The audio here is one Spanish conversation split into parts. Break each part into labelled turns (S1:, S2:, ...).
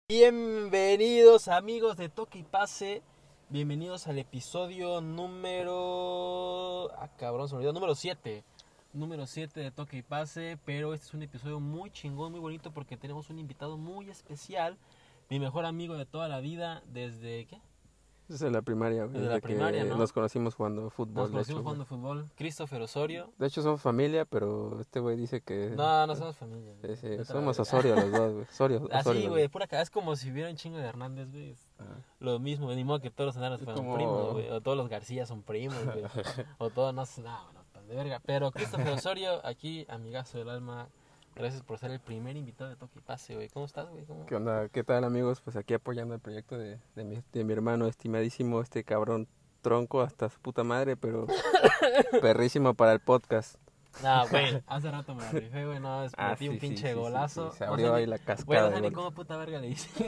S1: Bienvenidos amigos de Toque y Pase, bienvenidos al episodio número... se me olvidó, número 7 de Toque y Pase, pero este es un episodio muy chingón, muy bonito porque tenemos un invitado muy especial, mi mejor amigo de toda la vida, ¿desde qué?
S2: Desde la primaria, güey.
S1: Desde la primaria, ¿no?
S2: Nos conocimos jugando fútbol.
S1: Nos conocimos jugando fútbol, Christopher Osorio.
S2: De hecho somos familia, pero este güey dice que...
S1: No somos familia.
S2: Sí, somos Osorio los dos, güey. Osorio,
S1: así, güey, pura cara, es como si hubiera un chingo de Hernández, güey. Lo mismo, ni modo que todos los Hernández fueran primos, güey. O todos los García son primos, güey. O todos, no sé, de verga. Pero Christopher Osorio, aquí, amigazo del alma. Gracias por ser el primer invitado de Toque y Pase, güey. ¿Cómo estás, güey?
S2: ¿Qué onda? ¿Qué tal, amigos? Pues aquí apoyando el proyecto de mi hermano, estimadísimo, este cabrón tronco hasta su puta madre, pero perrísimo para el podcast.
S1: No, güey, hace rato me la rifé, güey, metí un pinche golazo.
S2: Sí, se abrió ahí la cascada.
S1: Güey, no sé ni cómo puta verga le hice.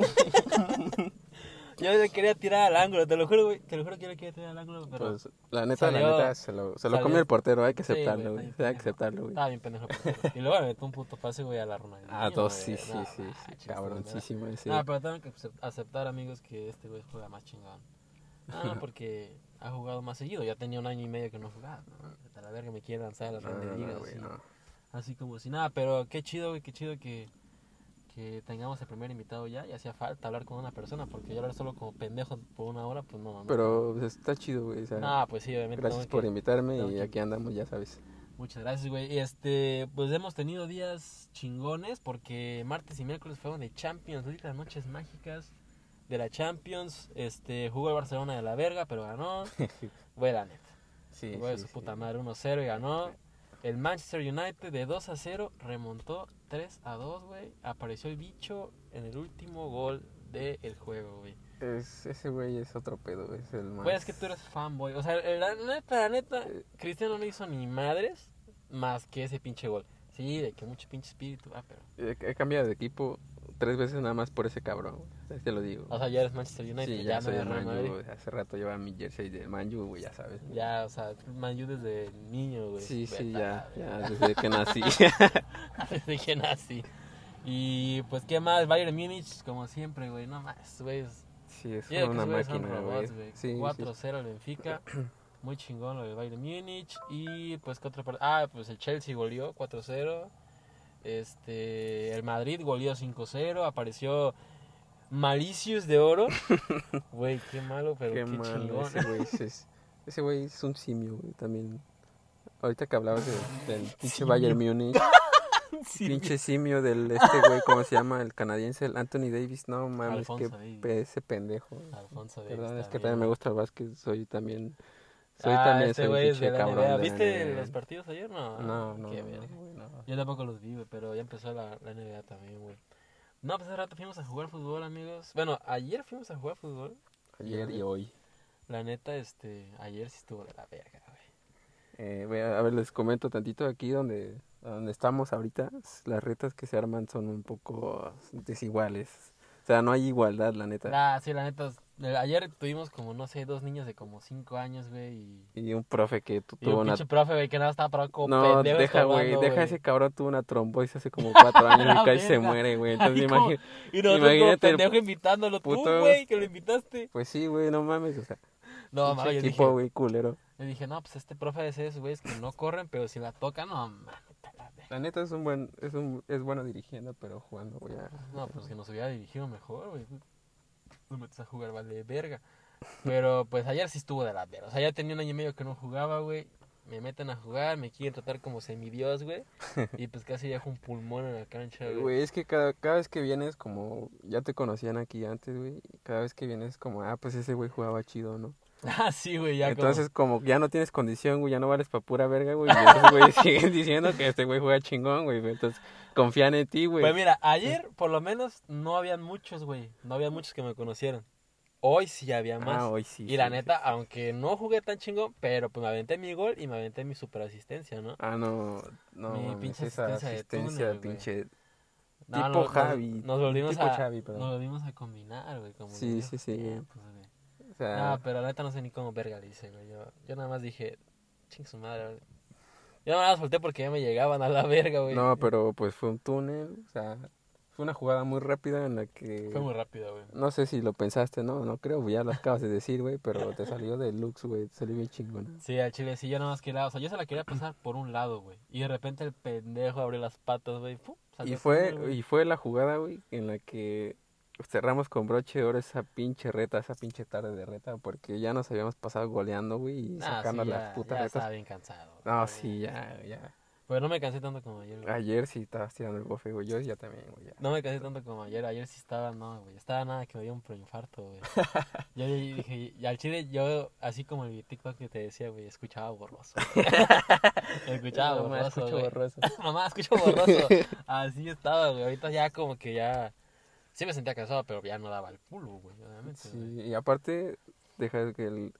S1: Yo le quería tirar al ángulo, te lo juro, güey, que yo le quería tirar al ángulo, pero...
S2: Pues, la neta, se lo comió el portero, hay que aceptarlo, güey. Hay que aceptarlo, güey.
S1: Estaba bien pendejo el portero. Y luego me metió un puto pase, güey, a la Ronaldinho.
S2: Sí, cabroncísimo ese.
S1: Pero tengo que aceptar, amigos, que este güey juega más chingón. Porque ha jugado más seguido, ya tenía un año y medio que no jugaba, ¿no? A la verga me quiere lanzar a las grandes ligas, así como si nada, pero qué chido, güey, que tengamos el primer invitado ya, y hacía falta hablar con una persona, porque yo hablar solo como pendejo por una hora, pues no.
S2: Pero está chido, güey, o sea,
S1: pues sí, obviamente.
S2: Gracias por invitarme y aquí andamos, ya sabes.
S1: Muchas gracias, güey. Y pues hemos tenido días chingones, porque martes y miércoles fueron de Champions League, las noches mágicas de la Champions. Jugó el Barcelona de la verga, pero ganó. Güey, la neta.
S2: Sí,
S1: jugó de su puta madre 1-0 y ganó. El Manchester United de 2-0 remontó 3-2, güey. Apareció el bicho en el último gol del juego, güey.
S2: Ese güey es otro pedo, es el más...
S1: Güey, es que tú eres fanboy. O sea, la neta, Cristiano no hizo ni madres más que ese pinche gol. Sí, de que mucho pinche espíritu, pero...
S2: He cambiado de equipo 3 veces nada más por ese cabrón, güey. Te lo digo.
S1: O sea, ya eres Manchester United.
S2: Sí, ya soy el Man U. Hace rato llevaba mi jersey del Man U, güey, ya sabes.
S1: Ya, o sea, Man U desde niño, güey.
S2: Sí, ya, desde que nací.
S1: Desde que nací. Y pues, ¿qué más? Bayern Múnich, como siempre, güey. No más, güey.
S2: Sí, es una máquina, güey.
S1: Sí, 4-0 el Benfica. Muy chingón lo del Bayern Múnich. Y pues, ¿qué otra parte? Pues el Chelsea goleó 4-0. El Madrid goleó 5-0. Apareció Malicious de Oro. Güey, qué malo, pero qué chingón.
S2: Ese güey es un simio, güey, también. Ahorita que hablabas del pinche Bayern Múnich. Pinche simio del güey, ¿cómo se llama? El canadiense, el Anthony Davis. No mames, ese pendejo.
S1: Alfonso Davis.
S2: Perdón, es que también me gusta el básquet, soy también
S1: pinche cabrón. ¿Viste los partidos ayer?
S2: No.
S1: Yo tampoco los vi, pero ya empezó la NBA también, güey. No, pues hace rato fuimos a jugar fútbol, amigos. Bueno, ayer fuimos a jugar fútbol.
S2: Ayer y hoy.
S1: La neta, ayer sí estuvo de la verga,
S2: güey. A ver, les comento tantito aquí donde estamos ahorita. Las retas que se arman son un poco desiguales. O sea, no hay igualdad, la neta.
S1: Sí, la neta. Ayer tuvimos como, no sé, 2 niños de como 5 años, güey.
S2: Y un profe que
S1: tuvo una... pinche profe, güey, que nada estaba parado como
S2: pendejo. No, deja, güey, ese cabrón tuvo una trombosis hace como 4 años y casi se muere, güey. Entonces
S1: imagínate pendejo invitándolo, tú, güey, que lo invitaste.
S2: Pues sí, güey, no mames, o sea.
S1: No, mames, yo
S2: dije, güey, culero.
S1: Le dije, no, pues este profe de esos güeyes que no corren, pero si la tocan, no, mames.
S2: La neta es bueno dirigiendo, pero jugando, güey.
S1: No, pues que nos hubiera dirigido mejor, güey. No metes a jugar, vale, verga. Pero pues ayer sí estuvo de la verga. O sea, ya tenía 1 año y medio que no jugaba, güey. Me meten a jugar, me quieren tratar como semidios, güey. Y pues casi dejo un pulmón en la cancha, güey.
S2: Güey, es que cada vez que vienes, como ya te conocían aquí antes, güey. Cada vez que vienes, como, pues ese güey jugaba chido, ¿no?
S1: Sí, güey, ya.
S2: Entonces, como ya no tienes condición, güey, ya no vales pa' pura verga, güey. Y esos güeyes siguen diciendo que este güey juega chingón, güey. Entonces, confían en ti, güey.
S1: Pues mira, ayer, por lo menos, no habían muchos, güey. No había muchos que me conocieran. Hoy sí había más.
S2: Hoy sí.
S1: Y la neta, aunque no jugué tan chingón, pero pues me aventé mi gol y me aventé mi super asistencia, ¿no?
S2: No.
S1: Mi pinche
S2: asistencia
S1: de túnel,
S2: pinche...
S1: No,
S2: tipo Javi.
S1: Nos volvimos
S2: Xavi,
S1: nos volvimos a combinar, güey. Como
S2: sí.
S1: Pues,
S2: o sea...
S1: No, pero la neta no sé ni cómo verga le hice, güey. Yo nada más dije, ching su madre, güey. Yo nada más volteé porque ya me llegaban a la verga, güey.
S2: No, pero pues fue un túnel, o sea... fue una jugada muy rápida en la que...
S1: Fue muy rápida, güey.
S2: No sé si lo pensaste, ¿no? No creo, ya lo acabas de decir, güey, pero te salió de lux, güey, te salió bien chingón.
S1: Sí, al chile, sí, yo nada más quería, o sea, yo se la quería pasar por un lado, güey. Y de repente el pendejo abrió las patas, güey.
S2: Y fue la jugada, güey, en la que cerramos con broche de oro esa pinche tarde de reta, porque ya nos habíamos pasado goleando, güey, y sacando las putas retas.
S1: Estaba bien cansado.
S2: No, sí, ya.
S1: Pero no me cansé tanto como ayer, güey.
S2: Ayer sí estabas tirando el bofe, güey, yo ya también, güey. Ya.
S1: No me cansé tanto como ayer. Ayer sí estaba, no, güey. Estaba nada que me dio un preinfarto, güey. Yo dije, y al chile, yo, así como el TikTok que te decía, güey, escuchaba borroso. Escuchaba
S2: Mamá,
S1: borroso,
S2: escucho
S1: güey.
S2: borroso.
S1: Mamá, escucho borroso. Así estaba, güey. Ahorita ya como que ya... Sí me sentía cansado, pero ya no daba el culo, güey, obviamente.
S2: Sí,
S1: güey.
S2: y aparte, deja que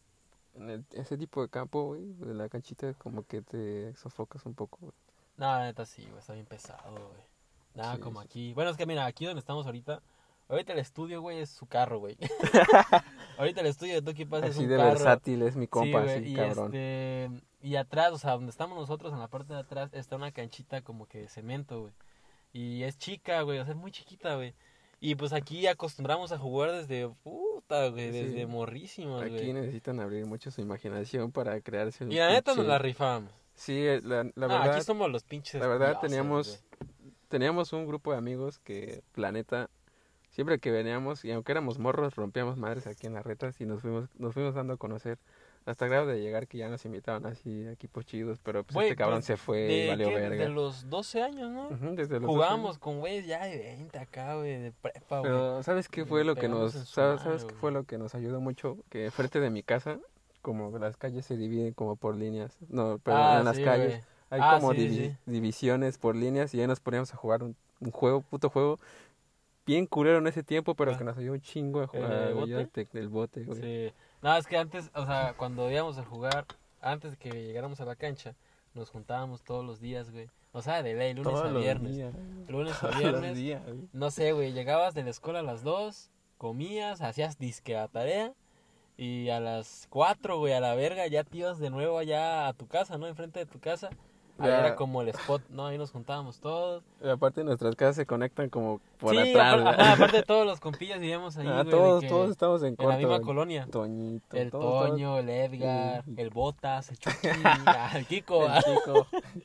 S2: ese tipo de campo, güey, de la canchita, como que te sofocas un poco, güey.
S1: No, la neta sí, güey, está bien pesado, güey. Nada
S2: Sí,
S1: como
S2: sí.
S1: aquí. Bueno, es que mira, aquí donde estamos ahorita el estudio, güey, es su carro, güey. Ahorita el estudio de Toki Paz es
S2: Así
S1: un
S2: de
S1: carro.
S2: versátil es mi compa,
S1: Sí,
S2: así,
S1: güey,
S2: cabrón.
S1: y atrás, o sea, donde estamos nosotros, en la parte de atrás, está una canchita como que de cemento, güey. Y es chica, güey, o sea, es muy chiquita, güey. Y pues aquí acostumbramos a jugar desde puta, güey,
S2: Sí.
S1: desde morrísimos,
S2: Aquí
S1: güey.
S2: necesitan abrir mucho su imaginación para crearse un
S1: Y la neta
S2: pinche-
S1: nos la rifamos.
S2: Sí, la
S1: No,
S2: verdad,
S1: aquí somos los pinches
S2: la verdad
S1: dioses,
S2: teníamos un grupo de amigos que, la neta, siempre que veníamos, y aunque éramos morros, rompíamos madres aquí en las retas y nos fuimos dando a conocer. Hasta grado de llegar que ya nos invitaban así a equipos chidos, pero pues
S1: güey,
S2: este cabrón
S1: pues,
S2: se fue
S1: ¿de
S2: y valió
S1: qué?
S2: verga.
S1: De los 12 años, ¿no?
S2: Ujú, desde los
S1: Jugábamos con güeyes ya de 20 acá, güey, de prepa, güey.
S2: Pero ¿sabes qué fue lo que
S1: Pegamos
S2: nos
S1: en su
S2: sabes
S1: madre,
S2: qué
S1: güey.
S2: fue lo que nos ayudó mucho? Que frente de mi casa, como las calles se dividen como por líneas. No, pero en las
S1: sí,
S2: calles
S1: güey.
S2: hay
S1: Ah,
S2: como
S1: sí, sí.
S2: divisiones por líneas y ahí nos poníamos a jugar un puto juego bien culero en ese tiempo, pero
S1: Ah.
S2: que nos ayudó un chingo a
S1: ¿El
S2: jugar
S1: de bote?
S2: el bote, güey.
S1: Sí. No, es que antes, o sea, cuando íbamos a jugar, antes de que llegáramos a la cancha, nos juntábamos todos los días, güey. O sea, de ley, lunes
S2: Todos
S1: a
S2: los
S1: viernes.
S2: días.
S1: Lunes a
S2: Todos los
S1: viernes.
S2: días, güey.
S1: No sé, güey, llegabas de la escuela a las 2, comías, hacías disque a tarea. Y a las 4, güey, a la verga, ya te ibas de nuevo allá a tu casa, ¿no? Enfrente de tu casa. Ahí
S2: Ya.
S1: era como el spot, ¿no? Ahí nos juntábamos todos.
S2: Y aparte nuestras casas se conectan como por
S1: Sí,
S2: atrás. ¿verdad?
S1: aparte de todos los compillas vivíamos ahí, güey.
S2: Todos estamos en
S1: en
S2: corto.
S1: la misma colonia.
S2: Toñito.
S1: El
S2: todos.
S1: Toño, el Edgar,
S2: Sí.
S1: el Botas, el Chucky, el Kiko.
S2: El chico.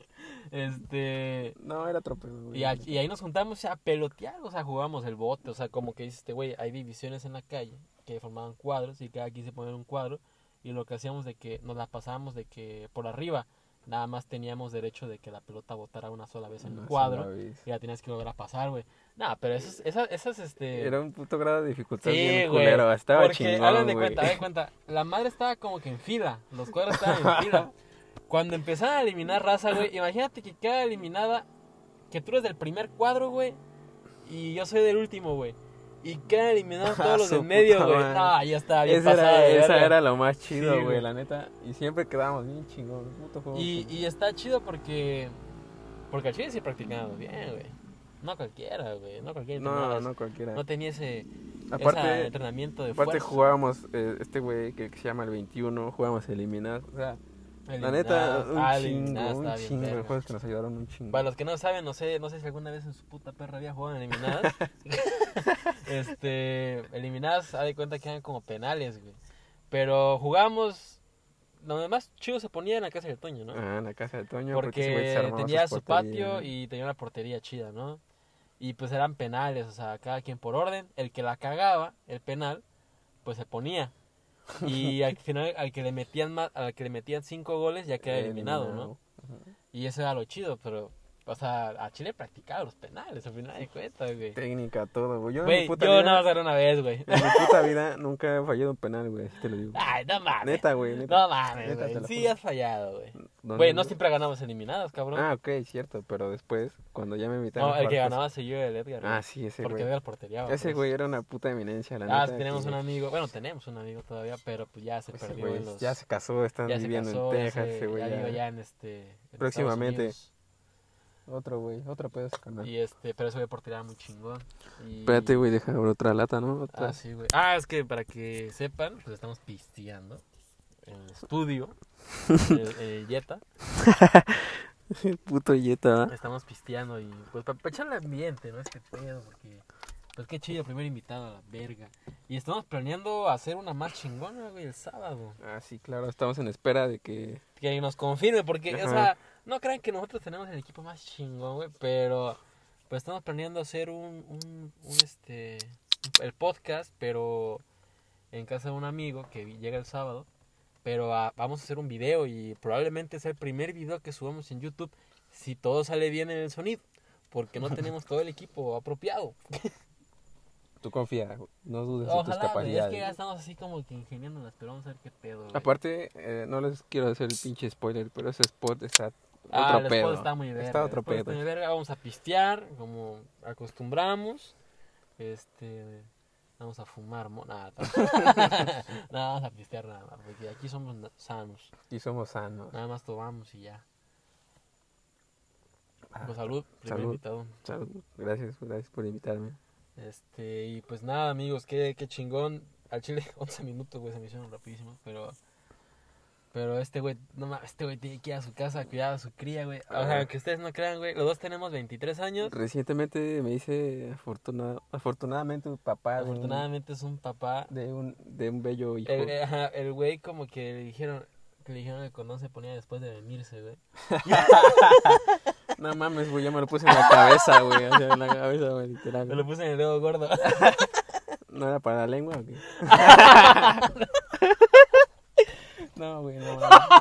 S2: No, era otro pedo, güey.
S1: Y ahí nos juntamos a pelotear, o sea, jugábamos el bote, o sea, como que dices, güey, hay divisiones en la calle que formaban cuadros y cada quien se ponía en un cuadro y lo que hacíamos de que nos la pasábamos de que por arriba nada más teníamos derecho de que la pelota botara una sola vez en el
S2: Una
S1: cuadro
S2: sola vez.
S1: y la tenías que volver a pasar, güey. Nah, pero esas
S2: Era un puto grado de dificultad
S1: Sí,
S2: bien
S1: güey,
S2: culero. Estaba
S1: porque
S2: chingón,
S1: hagan de
S2: güey.
S1: cuenta, hagan de cuenta, la madre estaba como que en fila, los cuadros estaban en fila. Cuando empezaron a eliminar raza, güey, imagínate que queda eliminada, que tú eres del primer cuadro, güey, y yo soy del último, güey. Y quedan eliminados todos los
S2: Su
S1: del medio,
S2: puta
S1: güey.
S2: madre.
S1: No, ya estaba bien
S2: Esa
S1: pasada de
S2: esa
S1: verga.
S2: era lo más chido,
S1: Sí,
S2: güey,
S1: güey.
S2: la neta. Y siempre quedábamos bien chingón. Puto juego.
S1: Y está chido porque al chile sí practicábamos bien, güey. No cualquiera, güey. No cualquiera entrenaba.
S2: No cualquiera.
S1: No tenía ese entrenamiento de
S2: Aparte
S1: fuerza.
S2: jugábamos, este güey que se llama el 21, jugábamos eliminados. O sea, la neta,
S1: Eliminadas,
S2: un
S1: estaba bien
S2: chingo de
S1: verga.
S2: juegos que nos ayudaron un chingo.
S1: Para los que no saben, no sé si alguna vez en su puta perra había jugado en eliminadas. Eliminadas, haz de cuenta que eran como penales, güey. Pero jugamos, lo más chido se ponía en la casa del Toño, ¿no?
S2: Ah, en la casa de Toño. ese güey se
S1: Porque
S2: armaba
S1: tenía
S2: sus
S1: su
S2: porterías.
S1: patio y tenía una portería chida, ¿no? Y pues eran penales, o sea, cada quien por orden. El que la cagaba, el penal, pues se ponía. Y al final, al que le metían 5 goles, ya queda eliminado, ¿no? Y eso era lo chido, pero, o sea, a Chile practicaba los penales, al final de cuentas, güey.
S2: Técnica, todo, güey. Yo en mi
S1: Güey,
S2: puta
S1: yo
S2: vida,
S1: nada más era una vez, güey.
S2: en mi puta vida nunca he fallado un penal, güey, así te lo digo.
S1: Ay, no mames.
S2: Neta, güey, neta.
S1: No mames,
S2: Neta, te
S1: güey.
S2: lo
S1: Sí,
S2: juro.
S1: has fallado, güey.
S2: ¿Dónde,
S1: Güey, no
S2: güey?
S1: siempre ganamos eliminadas, cabrón.
S2: Ah, ok, cierto, pero después, cuando ya me invitaron
S1: No,
S2: a
S1: el
S2: jugar
S1: que
S2: cosas-
S1: ganaba seguido era el Edgar, güey.
S2: Ah, sí, ese
S1: Porque
S2: güey.
S1: Edgar portereaba.
S2: Ese
S1: pues.
S2: güey era una puta eminencia, la
S1: Ah,
S2: neta.
S1: tenemos
S2: que
S1: un amigo, bueno, tenemos un amigo todavía, pero pues ya se
S2: ese
S1: perdió
S2: güey
S1: en los...
S2: ya se casó, están
S1: ya se
S2: viviendo
S1: casó,
S2: en
S1: ya
S2: Texas,
S1: se-
S2: ese güey.
S1: ya
S2: ya-
S1: vive ya en en
S2: Próximamente.
S1: Estados
S2: Otro güey, otro pedo ese canal.
S1: Unidos. Y pero ese güey portereaba muy chingón. Y...
S2: Espérate, güey, deja abrir otra lata, ¿no? Otra.
S1: Ah, sí, güey. Ah, es que para que sepan, pues estamos pisteando en el estudio, el Jetta.
S2: Puto Jetta.
S1: Estamos pisteando y pues para echar el ambiente, ¿no? Este pedo, porque pues qué chido, primer invitado a la verga. Y estamos planeando hacer una más chingona, güey, el sábado.
S2: Ah, sí, claro, estamos en espera de que...
S1: Que nos confirme, porque,
S2: Ajá.
S1: o sea, no crean que nosotros tenemos el equipo más chingón, güey, pero pues estamos planeando hacer el podcast, pero en casa de un amigo que llega el sábado. Pero vamos a hacer un video y probablemente sea el primer video que subamos en YouTube si todo sale bien en el sonido. Porque no tenemos todo el equipo apropiado.
S2: Tú confía, no dudes de tus
S1: Ojalá, güey, es
S2: capacidades.
S1: que ya estamos así como que ingeniándolas, pero vamos a ver qué pedo, güey.
S2: Aparte, no les quiero hacer el pinche spoiler, pero ese spot está
S1: el
S2: otro
S1: spot
S2: pedo.
S1: está muy verga.
S2: Está otro
S1: el spot está
S2: pedo.
S1: muy verga. Vamos a pistear, como acostumbramos. Vamos a fumar, nada. No, vamos a pistear nada más, porque aquí somos sanos.
S2: Y somos sanos.
S1: Nada más tomamos y ya.
S2: Ah,
S1: Pues salud, primer
S2: salud.
S1: invitado.
S2: Salud. Gracias por invitarme.
S1: Y pues nada, amigos, qué chingón. Al chile 11 minutos, güey, se me hicieron rapidísimos, pero este güey, no mames, este güey tiene que ir a su casa a cuidar a su cría, güey. O sea, que ustedes no crean, güey, los dos tenemos 23 años.
S2: Recientemente me hice afortunadamente un papá
S1: Afortunadamente es un papá.
S2: de un bello hijo.
S1: El güey como que le dijeron que cuando se ponía después de venirse, güey.
S2: No mames, güey, ya me lo puse en la cabeza, güey. O sea, en la cabeza, güey, literal.
S1: Me lo puse en el dedo gordo.
S2: ¿No era para la lengua o qué? No, güey, no.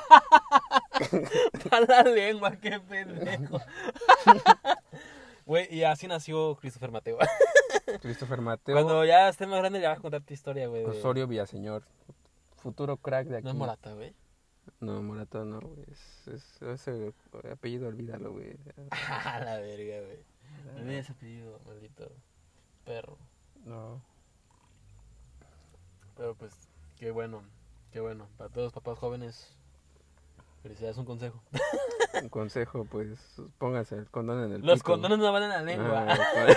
S1: Para la lengua, qué pendejo. Güey, y así nació Christopher Mateo.
S2: Christopher Mateo.
S1: Cuando ya esté más grande le vas a contar tu historia, güey.
S2: Osorio Villaseñor. Futuro crack de aquí.
S1: No es Morata, güey.
S2: No, Morata no, güey. Ese apellido, olvídalo, güey.
S1: Ah, la verga, güey. Me olvidé ese apellido, maldito perro.
S2: No.
S1: Pero pues, qué bueno. Para todos los papás jóvenes, felicidades, un consejo.
S2: Un consejo, pues, pónganse el condón en el
S1: Los
S2: pico.
S1: condones no van en la lengua.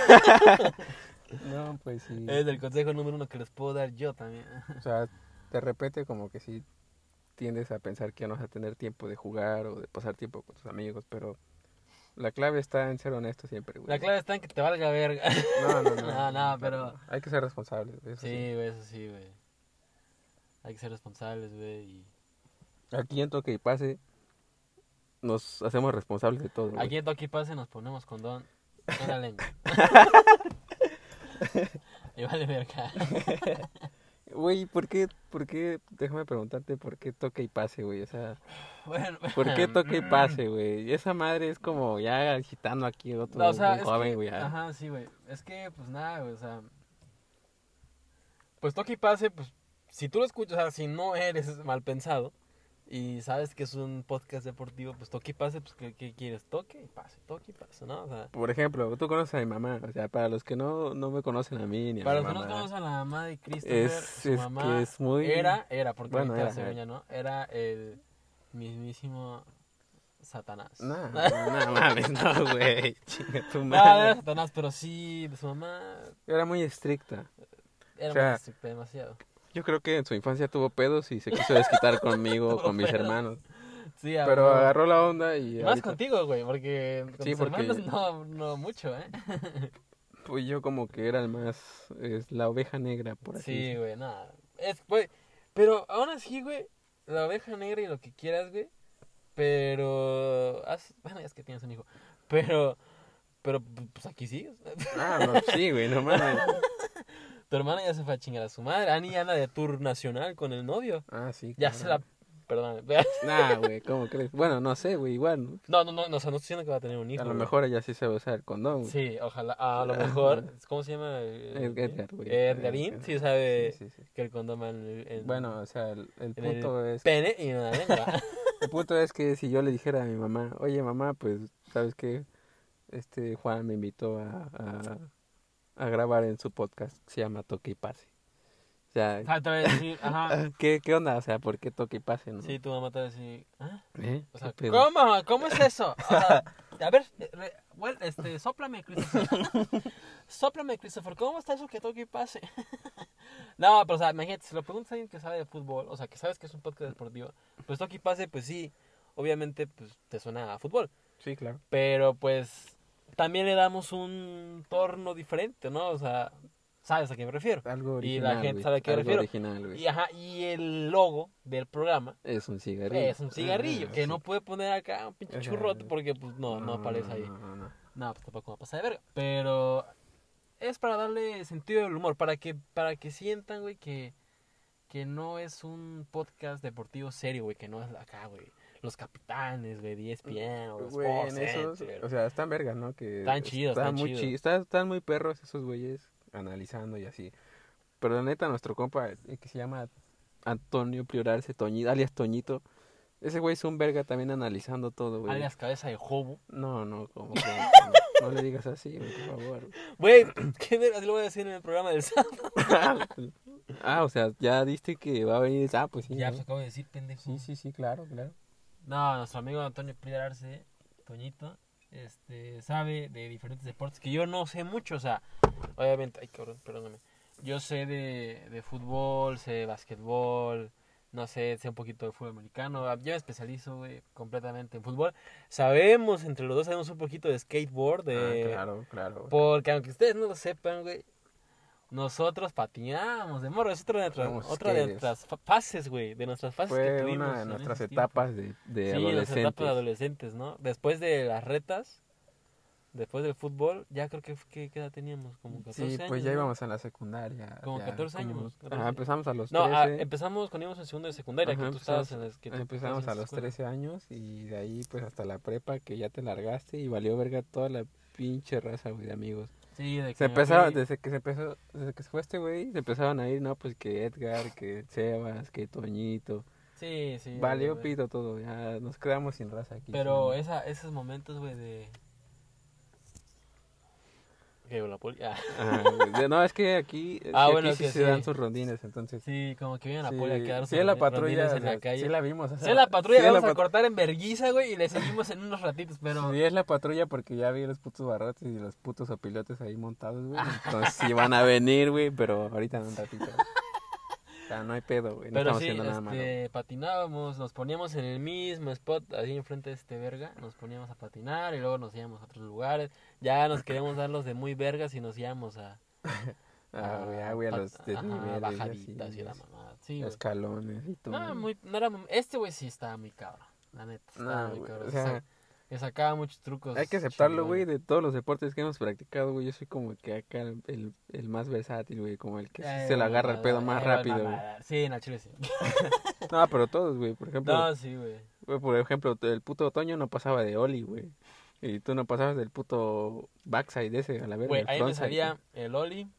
S2: No, pues sí.
S1: Es el consejo número 1 que les puedo dar yo también.
S2: O sea, de repente como que sí tiendes a pensar que no vas a tener tiempo de jugar o de pasar tiempo con tus amigos, pero la clave está en ser honesto siempre, güey.
S1: La clave está en que te valga verga. No, pero...
S2: Hay que ser responsables, eso
S1: Sí, güey, eso sí, güey. Hay que ser responsables, güey. Y...
S2: Aquí en Toque y Pase nos hacemos responsables de todo, güey.
S1: aquí en Toque y Pase nos ponemos condón en la lengua. Y vale verga.
S2: Güey, ¿por qué? Déjame preguntarte, ¿por qué Toque y Pase, güey? O sea,
S1: Bueno,
S2: ¿por qué Toque y Pase, güey? Esa madre es como ya agitando aquí otro
S1: no, o sea,
S2: un joven, güey.
S1: Ajá, sí, güey. Es que, pues nada, güey, o sea... Pues Toque y Pase, pues, si tú lo escuchas, o sea, si no eres mal pensado y sabes que es un podcast deportivo, pues Toque y Pase, pues, ¿qué quieres? Toque y pase, ¿no? O sea...
S2: Por ejemplo, tú conoces a mi mamá, o sea, para los que no me conocen a mí ni a
S1: Para
S2: mi
S1: los que
S2: mamá.
S1: no conocen a la mamá de Christopher, su mamá
S2: que es muy...
S1: era, porque
S2: bueno,
S1: ahorita
S2: era,
S1: según ya no, era el mismísimo Satanás.
S2: No mames, no, güey. Chinga tu
S1: No, no era
S2: madre.
S1: Satanás, pero sí, su mamá
S2: Era muy estricta.
S1: era
S2: O sea,
S1: muy estricta, demasiado.
S2: Yo creo que en su infancia tuvo pedos y se quiso desquitar conmigo,
S1: Tuvo
S2: con mis
S1: pedos.
S2: hermanos.
S1: Sí,
S2: Pero
S1: güey.
S2: agarró la onda y
S1: Y más
S2: ahorita,
S1: contigo, güey, porque con
S2: Sí,
S1: tus
S2: porque-
S1: hermanos no mucho, ¿eh?
S2: pues yo como que era el más, es la oveja negra, por así
S1: Sí,
S2: decirlo.
S1: güey, nada. Güey, pero aún así, güey, la oveja negra y lo que quieras, güey, pero... Bueno, es que tienes un hijo, pero pues aquí sigues.
S2: Ah, no, sí, güey, no mames.
S1: Tu hermana ya se fue a chingar a su madre. Ani anda de tour nacional con el novio.
S2: Ah, sí.
S1: Ya
S2: claro.
S1: se la... Perdón.
S2: Nah, güey, ¿cómo crees? Bueno, no sé, güey, igual, ¿no?
S1: No, o sea, no estoy diciendo que va a tener un hijo.
S2: A lo
S1: güey.
S2: mejor ella sí sabe usar el condón, güey.
S1: Sí, ojalá. A lo mejor. ¿Cómo se llama?
S2: Edgar, güey.
S1: Edgarín. Sí sabe
S2: Sí, sí.
S1: que el condón va en
S2: Bueno, o sea, el
S1: en
S2: punto es...
S1: pene y en la lengua.
S2: El punto es que si yo le dijera a mi mamá, oye mamá, pues, ¿sabes qué? Juan me invitó a grabar en su podcast que se llama Toque y Pase. O sea,
S1: O sea, te voy a decir, ajá.
S2: ¿qué onda? O sea, ¿por qué Toque y Pase, no?
S1: Sí, tu mamá te va a decir, ¿ah? O sea,
S2: ¿Qué pedo?
S1: ¿Cómo es eso? O sea, a ver, sóplame, Christopher. Sóplame, Christopher. ¿Cómo está eso que Toque y Pase? No, pero o sea, imagínate, si lo preguntas a alguien que sabe de fútbol, o sea, que sabes que es un podcast deportivo, pues Toque y Pase, pues sí, obviamente, pues te suena a fútbol.
S2: Sí, claro.
S1: Pero pues también le damos un torno diferente, ¿no? O sea, ¿sabes a qué me refiero?
S2: Algo original,
S1: Y la gente
S2: güey.
S1: sabe a qué me
S2: Algo
S1: refiero.
S2: original, güey.
S1: Y el logo del programa
S2: Es un cigarrillo.
S1: es un cigarrillo, que
S2: sí.
S1: no puede poner acá un pinche churrote porque pues no aparece ahí.
S2: No.
S1: No, pues tampoco va a pasar de verga. Pero es para darle sentido del humor, para que sientan, güey, que no es un podcast deportivo serio, güey, que no es acá, güey. Los capitanes, güey, de ESPN o
S2: Güey,
S1: Sports
S2: en esos,
S1: Center.
S2: o sea, están vergas, ¿no? Que
S1: Están chidos,
S2: están
S1: están
S2: muy
S1: chidos.
S2: están muy perros esos güeyes analizando y así. Pero la neta, nuestro compa, que se llama Antonio Priorarse, Toñito, alias Toñito, ese güey es un verga también analizando todo, güey.
S1: Alias cabeza de jobo.
S2: No, como que no le digas así, güey, por favor.
S1: Güey, ¿qué vergas lo voy a decir en el programa del sábado?
S2: O sea, ya diste que va a venir. Pues sí.
S1: Ya,
S2: ¿no?
S1: pues acabo de decir, pendejo.
S2: Sí, claro.
S1: No, nuestro amigo Antonio Priorarse, Toñito, sabe de diferentes deportes que yo no sé mucho, o sea, obviamente, ay cabrón, perdóname. Yo sé de fútbol, sé de básquetbol, no sé un poquito de fútbol americano. Yo me especializo, güey, completamente en fútbol. Entre los dos sabemos un poquito de skateboard,
S2: Claro.
S1: porque aunque ustedes no lo sepan, güey, nosotros patinamos de morro. Es otra de nuestras fases, güey, de nuestras fases que
S2: Fue
S1: tuvimos.
S2: una de nuestras etapas de adolescentes.
S1: Nuestras etapas de adolescentes, ¿no? Después de las retas, después del fútbol, ya creo que ¿qué edad teníamos? Como 14 años.
S2: Sí, pues ya íbamos a la secundaria.
S1: Como 14 años.
S2: Empezamos a los 13.
S1: No, empezamos cuando íbamos en segundo de secundaria, que tú estabas en
S2: empezamos a los 13 años y de ahí pues hasta la prepa que ya te largaste y valió verga toda la pinche raza, güey, de amigos.
S1: Sí,
S2: desde que se fue este güey, se empezaron a ir, ¿no? Pues que Edgar, que Sebas, que Toñito.
S1: Sí.
S2: Valió
S1: güey.
S2: pito todo, ya nos quedamos sin raza aquí.
S1: Pero esos momentos, güey, de... ¿Qué, la poli?
S2: No, es que aquí,
S1: bueno,
S2: aquí sí se dan sus rondines, entonces.
S1: Sí, como que vienen a la poli a quedarse
S2: sí, la patrulla
S1: en la calle.
S2: Sí la vimos.
S1: Sí, la patrulla, vamos a cortar en verguiza, güey, y le seguimos en unos ratitos, pero...
S2: Sí, es la patrulla porque ya vi los putos barrotes y los putos opilotes ahí montados, güey. Entonces sí van a venir, güey, pero ahorita en un ratito. O sea, no hay pedo, güey, no estamos haciendo nada malo.
S1: Patinábamos, nos poníamos en el mismo spot, ahí enfrente de este verga, nos poníamos a patinar y luego nos íbamos a otros lugares. Ya nos queríamos dar los de muy vergas y nos íbamos a
S2: los desniveles,
S1: bajaditas y la mamada. Sí,
S2: escalones y todo.
S1: No era, este güey sí estaba muy cabrón, la neta, estaba muy cabrón. O sea, le sacaba muchos trucos.
S2: Hay que aceptarlo, güey, de todos los deportes que hemos practicado, güey. Yo soy como que acá el más versátil, güey, como el que se le agarra el pedo más rápido, güey.
S1: Sí, en la chile sí.
S2: No, pero todos, güey, por ejemplo.
S1: No, sí, güey.
S2: Por ejemplo, el puto Otoño no pasaba de Oli, güey. Y tú no pasabas del puto backside ese a la verga.
S1: Güey, ahí me salía el Oli,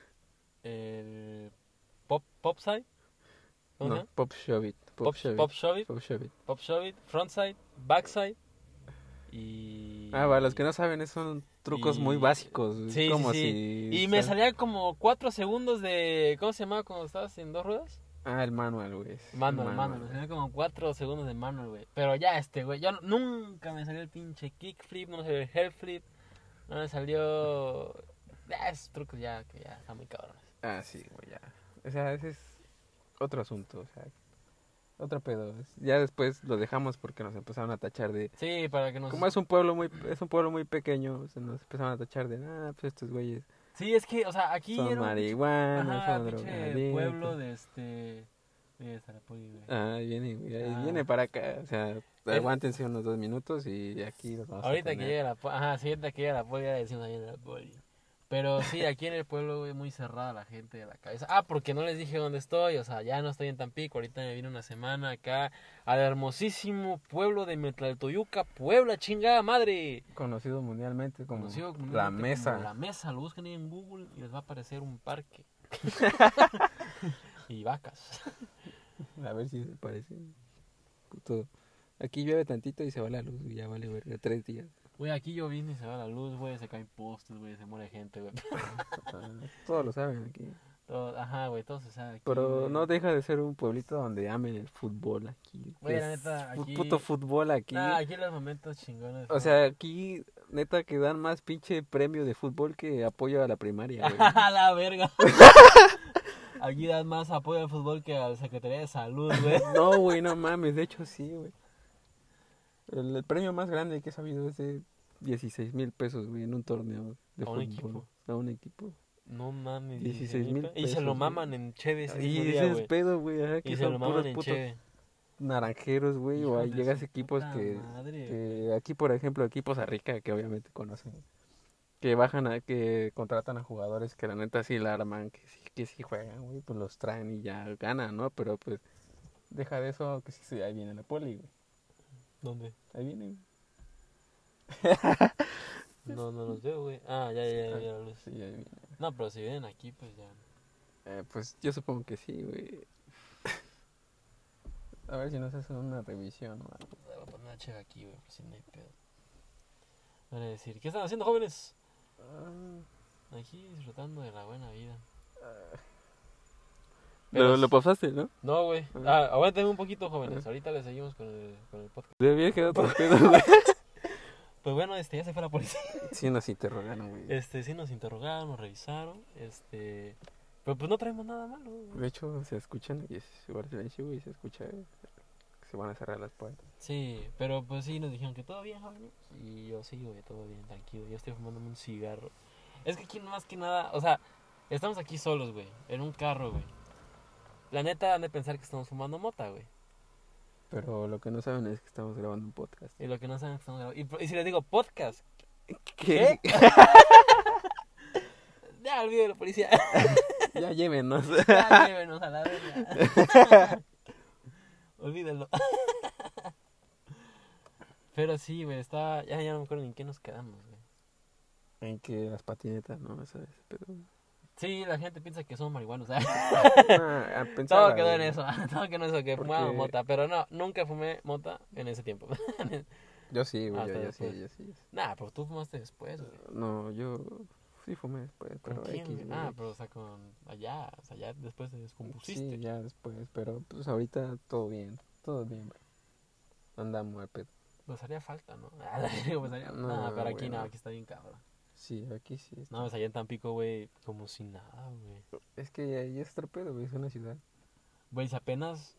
S1: el Popside. ¿Cómo se llama?
S2: Pop Shove It.
S1: Pop Shove It, Frontside, Backside. Y...
S2: para los que no saben, son trucos muy básicos.
S1: Sí,
S2: como
S1: sí. Y me salía como 4 segundos de... ¿Cómo se llamaba cuando estabas en 2 ruedas?
S2: El manual, güey.
S1: Manual. Me salía como 4 segundos de manual, güey. Pero ya güey. Yo nunca me salió el pinche kickflip, no me salió el hair flip. No me salió... esos trucos ya están muy cabrones.
S2: Sí, güey, ya. O sea, ese es otro asunto, o sea... Otro pedo. Ya después lo dejamos porque nos empezaron a tachar de...
S1: Sí, para que nos...
S2: Como es un pueblo muy pequeño, se nos empezaron a tachar de... pues estos güeyes...
S1: Sí, es que, o sea, aquí...
S2: Son marihuanas, son drogadictos.
S1: Pueblo de
S2: viene para acá. O sea, aguántense unos 2 minutos y aquí los vamos
S1: ahorita
S2: a tener.
S1: que llega ahorita que llega la poli, ya decimos ahí en la poli. Pero sí, aquí en el pueblo, güey, muy cerrada la gente de la cabeza. Porque no les dije dónde estoy, o sea, ya no estoy en Tampico, ahorita me vine una semana acá al hermosísimo pueblo de Metlaltoyuca, Puebla, chingada madre.
S2: Conocido mundialmente como La Mesa.
S1: Como La Mesa, lo buscan ahí en Google y les va a aparecer un parque. Y vacas.
S2: A ver si se parece. Puto. Aquí llueve tantito y se va la luz, y ya vale verga, 3 días.
S1: Güey, aquí yo vine y se va la luz, güey, se caen postes, güey, se muere gente, güey.
S2: Todos lo saben aquí.
S1: Güey, todo se sabe aquí.
S2: Pero
S1: güey.
S2: no deja de ser un pueblito donde amen el fútbol aquí.
S1: Güey, la neta, aquí...
S2: Puto fútbol aquí.
S1: Aquí los momentos chingones.
S2: O sea, aquí, neta, que dan más pinche premio de fútbol que apoyo a la primaria, güey.
S1: A la verga. Aquí dan más apoyo al fútbol que a la Secretaría de Salud, güey.
S2: No, güey, no mames, de hecho sí, güey. El premio más grande que he sabido es de 16,000 pesos, güey, en un torneo de
S1: A un
S2: fútbol.
S1: equipo.
S2: A un equipo.
S1: No mames,
S2: 16,000
S1: pesos. Y se lo
S2: pesos,
S1: maman
S2: güey.
S1: en cheve ese
S2: Y
S1: mismo
S2: ese
S1: día,
S2: es
S1: güey.
S2: pedo, güey, ajá,
S1: Y
S2: que
S1: se lo
S2: son
S1: maman
S2: puros
S1: en
S2: putos
S1: cheve.
S2: naranjeros, güey, o
S1: Hijos
S2: ahí
S1: de
S2: llegas
S1: su
S2: equipos
S1: puta
S2: que
S1: madre,
S2: aquí, por ejemplo, equipos Arrica, que obviamente conocen, que bajan que contratan a jugadores que la neta sí la arman, que sí juegan, güey, pues los traen y ya ganan, ¿no? Pero pues deja de eso, que sí, ahí viene la poli, güey.
S1: ¿Dónde?
S2: Ahí viene.
S1: No los veo, güey. Ah, ya la luz.
S2: Sí, ahí viene.
S1: No, pero si vienen aquí, pues ya.
S2: Pues yo supongo que sí, güey. A ver si nos hacen una revisión o algo.
S1: Voy a poner una cheve aquí, güey, por si no hay pedo. Van a decir, ¿qué están haciendo, jóvenes? Aquí disfrutando de la buena vida.
S2: Lo pasaste, ¿no?
S1: No, güey. Aguántenme un poquito, jóvenes. Ahorita le seguimos con el podcast.
S2: Le había quedado otro pedo, güey.
S1: Pues bueno, ya se fue la policía.
S2: Sí, nos interrogaron, güey.
S1: Sí nos interrogaron, nos revisaron. Pero pues no traemos nada malo, güey.
S2: De hecho, se escuchan y es igual silencio, güey, se escucha que se van a cerrar las puertas.
S1: Sí, pero pues sí nos dijeron que todo bien, jóvenes. Y yo sí, güey, todo bien, tranquilo. Yo estoy fumándome un cigarro. Es que aquí más que nada, o sea, estamos aquí solos, güey, en un carro, güey. La neta han de pensar que estamos fumando mota, güey.
S2: Pero lo que no saben es que estamos grabando un podcast.
S1: Y lo que no saben es que estamos grabando. Y si les digo podcast,
S2: ¿Qué?
S1: ya olvídelo, policía.
S2: Ya llévenos.
S1: Ya llévenos a la verga. Olvídenlo. Pero sí, güey, ya no me acuerdo ni en qué nos quedamos, güey.
S2: En que las patinetas, ¿no? ¿Sabes? Pero...
S1: Sí, la gente piensa que somos marihuanos.
S2: pensaba,
S1: Todo quedó en
S2: güey.
S1: eso. Todo quedó en eso, que
S2: Porque-
S1: fumábamos mota. Pero no, nunca fumé mota en ese tiempo.
S2: Yo sí, güey,
S1: Hasta
S2: yo
S1: después.
S2: sí.
S1: Nah, pero tú fumaste después, güey.
S2: No, yo sí fumé después,
S1: ¿Con
S2: pero
S1: quién,
S2: X,
S1: güey?
S2: güey.
S1: Ah, pero o sea, ya después te descompusiste.
S2: Sí, ya después, pero pues ahorita todo bien, güey. Andamos al pedo.
S1: Pues haría falta, ¿no? Pues haría...
S2: No,
S1: Nah, pero aquí
S2: güey,
S1: no,
S2: no.
S1: aquí está bien cabrón.
S2: Sí, aquí sí.
S1: No, pues allá en Tampico, güey, como si nada, güey.
S2: Es que ahí es otro pedo, güey, es una ciudad.
S1: Güey, si apenas,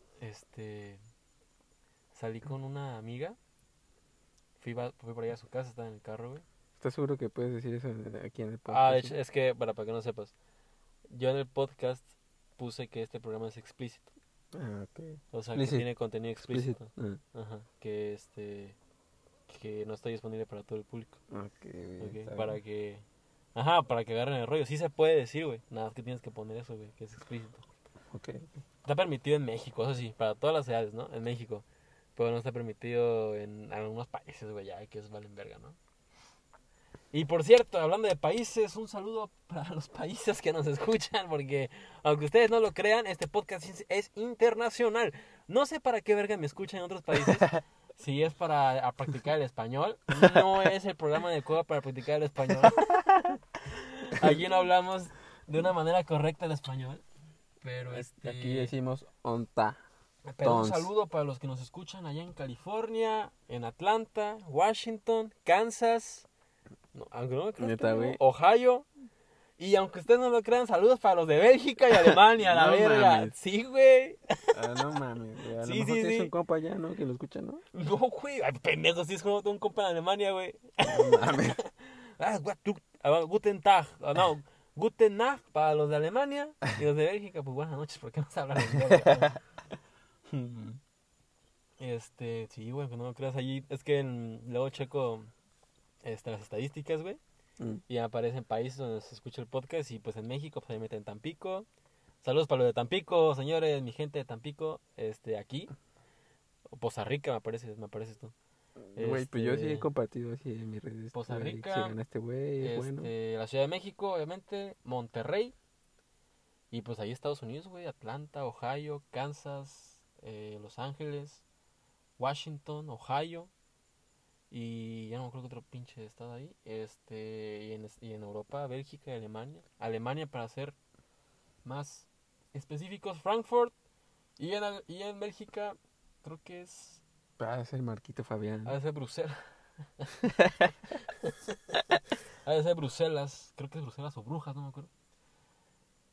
S1: salí con una amiga. Fui por allá a su casa, estaba en el carro, güey.
S2: ¿Estás seguro que puedes decir eso aquí en el podcast?
S1: Ah, de hecho, es que, para que no sepas, yo en el podcast puse que este programa es explícito.
S2: Ah, ok.
S1: O sea,
S2: Explícito.
S1: que tiene contenido explícito.
S2: Ah,
S1: Ajá, que que no está disponible para todo el público.
S2: ok,
S1: Ok,
S2: está
S1: para
S2: bien.
S1: que... Ajá, para que agarren el rollo. Sí se puede decir, güey. Nada más que tienes que poner eso, güey, que es explícito.
S2: Ok.
S1: Está permitido en México, eso sí, para todas las edades, ¿no? En México. Pero no está permitido en algunos países, güey, ya que es valen verga, ¿no? Y por cierto, hablando de países, un saludo para los países que nos escuchan, porque aunque ustedes no lo crean, este podcast es internacional. No sé para qué verga me escuchan en otros países. Si es para practicar el español, no es el programa adecuado para practicar el español. Aquí no hablamos de una manera correcta el español. Pero
S2: Aquí decimos onta.
S1: Pero un
S2: Tons.
S1: saludo para los que nos escuchan allá en California, en Atlanta, Washington, Kansas, no, aunque no me creas,
S2: Neta, güey.
S1: Ohio. Y aunque ustedes no lo crean, saludos para los de Bélgica y Alemania, la
S2: No
S1: verga.
S2: mames.
S1: Sí, güey.
S2: No mames, güey. A
S1: Sí,
S2: lo mejor
S1: sí,
S2: tienes
S1: sí.
S2: un compa allá, ¿no? Que lo escucha, ¿no?
S1: No, güey. Ay, pendejo, sí es como un compa en Alemania, güey.
S2: No mames.
S1: Guten Tag. No, Guten Nacht para los de Alemania y los de Bélgica, pues buenas noches, ¿por qué no se hablan en verga? Sí, güey, que no me creas allí. Es que luego checo las estadísticas, güey. Y aparecen países donde se escucha el podcast. Y pues en México, pues ahí meten Tampico. Saludos para los de Tampico, señores, mi gente de Tampico, aquí. O Poza Rica, me apareces tú.
S2: Güey, pues yo sí he compartido así en mis redes.
S1: Poza
S2: güey,
S1: Rica,
S2: sigan a este güey, es bueno.
S1: la Ciudad de México, obviamente, Monterrey. Y pues ahí Estados Unidos, güey, Atlanta, Ohio, Kansas, Los Ángeles, Washington, Ohio. Y ya no me acuerdo qué otro pinche estado ahí. Y en Europa, Bélgica y Alemania. Alemania, para ser más específicos, Frankfurt. Y en Bélgica, creo que es...
S2: Ah, es el Marquito Fabián.
S1: Ha de ser Bruselas. Ha de ser Bruselas. Creo que es Bruselas o Brujas, no me acuerdo.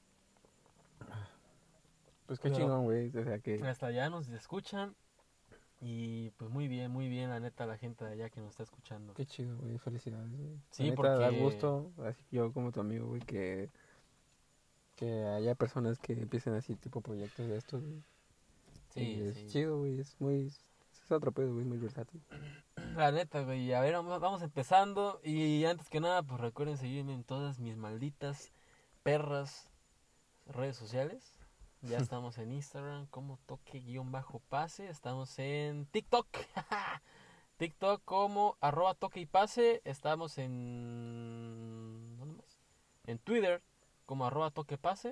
S2: Pues qué
S1: Pero-
S2: chingón, güey. O sea que...
S1: Hasta allá nos escuchan. Y pues muy bien, la neta, la gente de allá que nos está escuchando.
S2: Qué chido, güey, felicidades, güey.
S1: Sí,
S2: la neta,
S1: porque...
S2: da gusto, así yo como tu amigo, güey, que haya personas que empiecen así tipo proyectos de estos, güey.
S1: Sí,
S2: es
S1: sí.
S2: chido, güey, es otro pedo, güey, muy versátil.
S1: La neta, güey, a ver, vamos empezando. Y antes que nada, pues recuerden seguirme en todas mis malditas perras redes sociales. Ya estamos en Instagram como toque-pase. Estamos en TikTok. TikTok como @toque-y-pase. Estamos en... ¿dónde más? En Twitter como @toque-pase.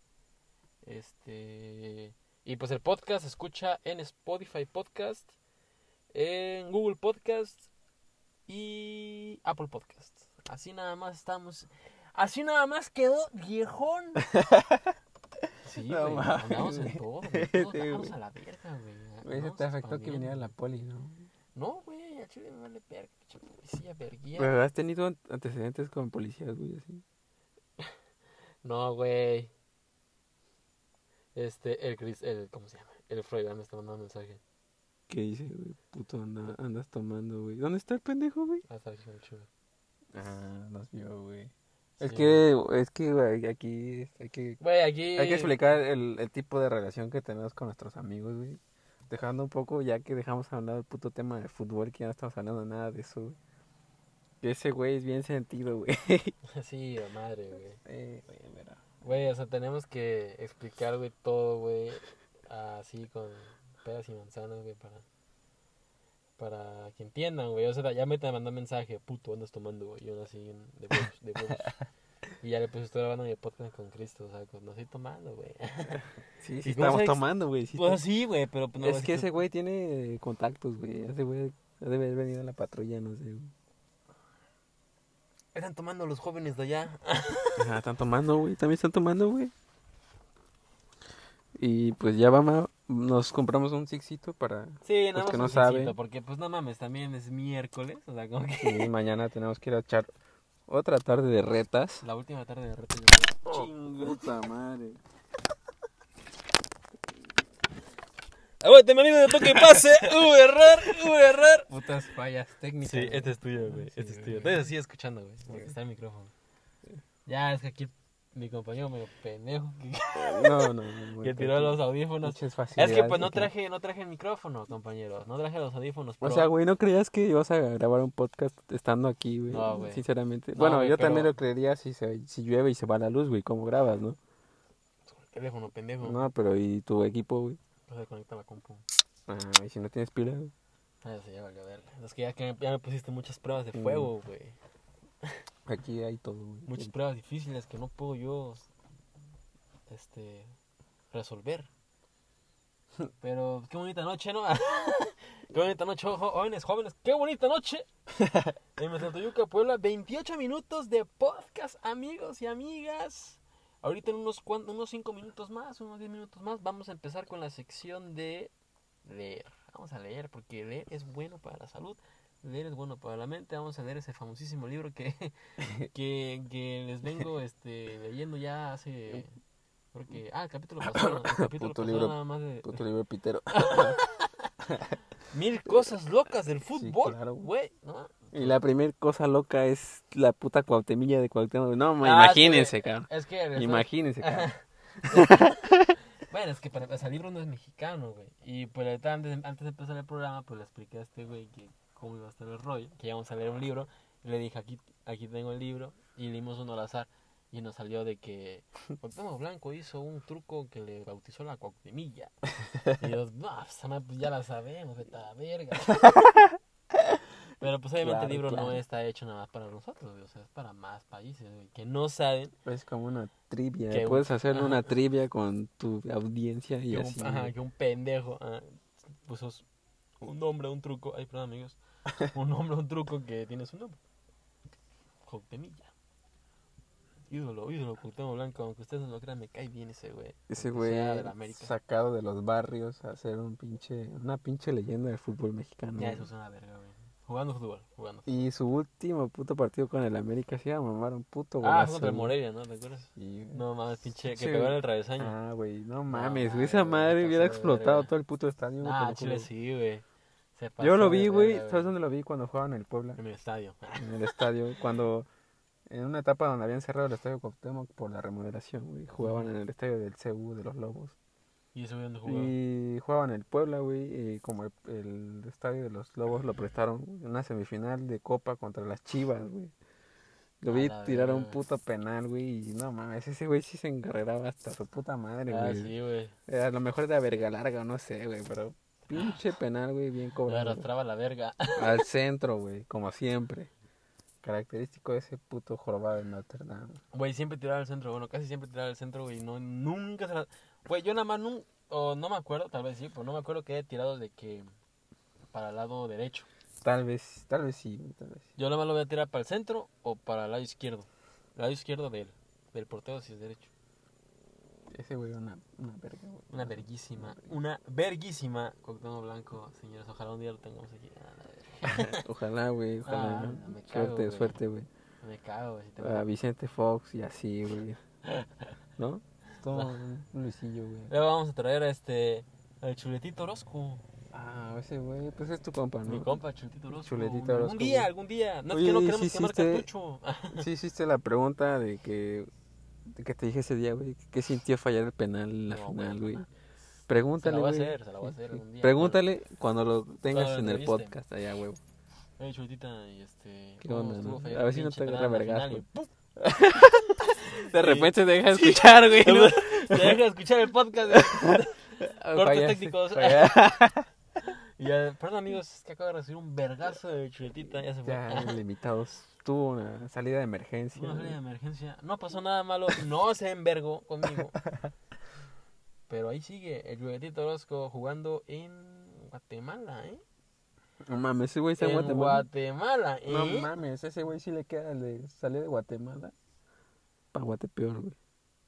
S1: Y pues el podcast se escucha en Spotify Podcast, en Google Podcast y Apple Podcast. Así nada más estamos. Así nada más quedó viejón. Sí,
S2: No
S1: güey,
S2: mames,
S1: andamos en
S2: güey.
S1: todo, güey. Todos bajamos a la verga, güey.
S2: Güey, se
S1: Andamos
S2: te afectó que viniera
S1: expandiendo.
S2: la poli, ¿no?
S1: No, güey, a Chile me vale verga, pinche policía, verguía.
S2: Pero has tenido antecedentes con policías, güey, así.
S1: No, güey. ¿Cómo se llama? El Freud me está mandando un mensaje.
S2: ¿Qué dice, güey? Puto, andas tomando, güey. ¿Dónde está el pendejo, güey?
S1: Ah, está bien chulo.
S2: Ah, nos vio, güey.
S1: Sí,
S2: Es que, güey, aquí
S1: güey, aquí...
S2: hay que explicar el tipo de relación que tenemos con nuestros amigos, güey. Dejando un poco, ya que dejamos hablar del puto tema de fútbol, que ya no estamos hablando nada de eso, güey. Que ese güey es bien sentido, güey.
S1: Sí, de madre, güey.
S2: Güey, mira.
S1: Güey, o sea, tenemos que explicar, güey, todo, güey, así con peras y manzanas, güey, para que entiendan, güey. O sea, ya me te mandó mensaje, puto, andas tomando, güey. Yo así de huevos. Y ya le puse, estoy grabando mi podcast con Cristo, o sea, no estoy tomando, güey.
S2: Sí,
S1: ¿Y cómo
S2: estamos
S1: sabes?
S2: tomando, güey. Sí,
S1: Pues sí, güey, pero pues no.
S2: es que ese güey tiene contactos, güey. Ese güey debe haber venido a la patrulla, no sé, güey.
S1: Están tomando los jóvenes de allá.
S2: Ajá, están tomando, güey. También están tomando, güey. Y pues ya vamos, nos compramos un sixito para
S1: Sí, nada
S2: los
S1: más
S2: que
S1: un
S2: no
S1: sixito,
S2: saben.
S1: porque pues no mames, también es miércoles, o sea, como que...
S2: Y mañana tenemos que ir a echar otra tarde de retas.
S1: La última tarde de reto.
S2: Puta madre.
S1: Aguante, mi amigo de toque y pase. Hubo error. Putas fallas técnicas. Sí, este es tuyo, güey. Este es tuyo. Entonces sigue escuchando, güey. Porque está el micrófono. Ya, es que aquí mi compañero medio pendejo
S2: No.
S1: que tiró los audífonos.
S2: Muchas
S1: Es que
S2: facilidades
S1: pues no
S2: acá.
S1: traje el micrófono, compañero. No traje los audífonos.
S2: O sea, güey, ¿no creías que ibas a grabar un podcast estando aquí, güey?
S1: No, güey.
S2: Sinceramente.
S1: No,
S2: Bueno,
S1: güey,
S2: yo
S1: pero-
S2: también lo creería si llueve y se va la luz, güey. ¿Cómo grabas, no?
S1: Teléfono, pendejo.
S2: No, pero ¿y tu equipo, güey?
S1: No se conecta la compu.
S2: Ah, y si no tienes pila, güey.
S1: Ah, sí, ya valió verga. Es que ya me pusiste muchas pruebas de fuego, güey.
S2: Aquí hay todo, güey.
S1: Muchas pruebas difíciles que no puedo yo resolver. Pero qué bonita noche, ¿no? Qué bonita noche, jóvenes, qué bonita noche. En Tlatelolco, Puebla, 28 minutos de podcast, amigos y amigas. Ahorita en unos 5 minutos más, unos 10 minutos más, vamos a empezar con la sección de leer. Vamos a leer porque leer es bueno para la salud. Leer es bueno para la mente. Vamos a leer ese famosísimo libro que les vengo leyendo ya hace... Creo que... el capítulo
S2: Puto
S1: pasado
S2: libro,
S1: nada más de...
S2: puto libro pitero.
S1: 1000 cosas locas del fútbol,
S2: claro.
S1: güey, ¿no?
S2: Y la primera cosa loca es la puta Cuauhtemilla de Cuauhtémoc. No,
S1: Ah,
S2: imagínense, cabrón.
S1: Es que...
S2: Imagínense, cabrón.
S1: Bueno, es que para empezar, el libro no es mexicano, güey. Y pues la neta, antes de empezar el programa, pues le expliqué a este güey que cómo iba a estar el rollo, que íbamos a leer un libro. Y le dije, aquí tengo el libro. Y leímos uno al azar. Y nos salió de que Cuauhtémoc Blanco hizo un truco que le bautizó la Cuauhtemilla. Y yo, no, pues ya la sabemos, vete a la verga. Pero pues obviamente
S2: Claro,
S1: el libro
S2: claro.
S1: no está hecho nada más para nosotros, güey. O sea, es para más países, güey, que no saben
S2: Es como una trivia.
S1: Que
S2: Puedes hacer
S1: ajá.
S2: una trivia con tu audiencia y
S1: que
S2: así.
S1: que un pendejo puso un nombre, un truco. Ay, perdón, amigos. Un nombre, un truco que tiene su nombre. Cuauhtemilla. Ídolo, Cuauhtémoc Blanco. Aunque ustedes no lo crean, me cae bien ese güey.
S2: Ese
S1: Aunque
S2: güey
S1: sea de la América.
S2: sacado de los barrios a hacer una pinche leyenda del fútbol mexicano.
S1: Ya,
S2: güey.
S1: eso es una verga, güey. Jugando fútbol.
S2: Y su último puto partido con el América se iba a mamar un puto
S1: Fue
S2: golazo.
S1: contra el
S2: güey.
S1: Morelia, ¿no? ¿Te acuerdas?
S2: Sí, güey.
S1: No mames, pinche, que
S2: Sí,
S1: pegó en
S2: güey.
S1: el travesaño.
S2: Güey, no
S1: No
S2: mames, güey.
S1: mames,
S2: Esa
S1: güey,
S2: madre
S1: pasó
S2: hubiera
S1: de
S2: explotado
S1: verga.
S2: todo el puto estadio. güey, te lo
S1: Chile
S2: juro.
S1: sí, güey.
S2: Yo lo vi, güey. ¿Sabes dónde lo vi? Cuando jugaban en el Puebla.
S1: En el estadio.
S2: En el estadio. Cuando, en una etapa donde habían cerrado el estadio Cuauhtémoc por la remodelación, güey. Jugaban en el estadio del CU de los Lobos.
S1: ¿Y eso dónde jugaba?
S2: Y jugaban en el Puebla, güey. Y como el estadio de los Lobos lo prestaron en una semifinal de Copa contra las Chivas, güey. Lo vi tirar un puto penal, güey. Y no mames, ese güey sí se encarreraba hasta su puta madre, güey.
S1: Sí, güey.
S2: A lo mejor era verga larga, no sé, güey. Pero pinche penal, güey, bien cobrado.
S1: Le arrastraba la verga.
S2: Al centro, güey, como siempre. Característico de ese puto jorobado de Notre Dame.
S1: Güey, siempre tiraba al centro. Bueno, casi siempre tiraba al centro, güey. No, nunca se la... Güey, yo nada más o no me acuerdo, tal vez sí, pero no me acuerdo que haya tirado de que para el lado derecho.
S2: Tal vez sí, tal vez sí.
S1: Yo nada más lo voy a tirar para el centro o para el lado izquierdo. El lado izquierdo del portero si es derecho.
S2: Ese güey una verga, güey.
S1: Una verguísima Cuauhtémoc Blanco, señores. Ojalá un día lo tengamos aquí.
S2: Ojalá, güey, ojalá.
S1: Me cago,
S2: suerte, güey.
S1: Me cago, güey. Si
S2: A Vicente Fox y así, güey. ¿No? Todo un Luisillo, güey.
S1: Luego vamos a traer al Chuletito Orozco.
S2: Ah, ese güey, pues es tu compa, ¿no?
S1: Mi compa, Chuletito Orozco.
S2: Chuletito Orozco.
S1: Algún día. No,
S2: oye,
S1: es que no queremos quemar cartucho.
S2: Sí hiciste la pregunta de que te dije ese día, güey, ¿qué sintió fallar el penal en la final, güey? Pregúntale, güey.
S1: Se la voy a hacer algún día.
S2: Pregúntale cuando lo tengas
S1: cuando lo
S2: en el podcast allá, güey.
S1: Oye, Chuletita, y
S2: ¿qué onda, no? A ver si no te agarra vergazo.
S1: De
S2: repente te deja de escuchar, güey.
S1: ¿no? Te deja de escuchar el podcast. Cortes técnicos. Y ya, perdón, amigos, es que acabo de recibir un vergazo de Chuletita. Ya se fue.
S2: Ya, limitados. Tuvo una salida de emergencia.
S1: Una salida de emergencia. No pasó nada malo. No se envergó conmigo. Pero ahí sigue el Chuletito Orozco jugando en Guatemala, ¿eh?
S2: No mames, ese güey está en Guatemala.
S1: Guatemala, ¿eh?
S2: No mames, ese güey sí le queda de salir de Guatemala pa' Guatepeor, güey.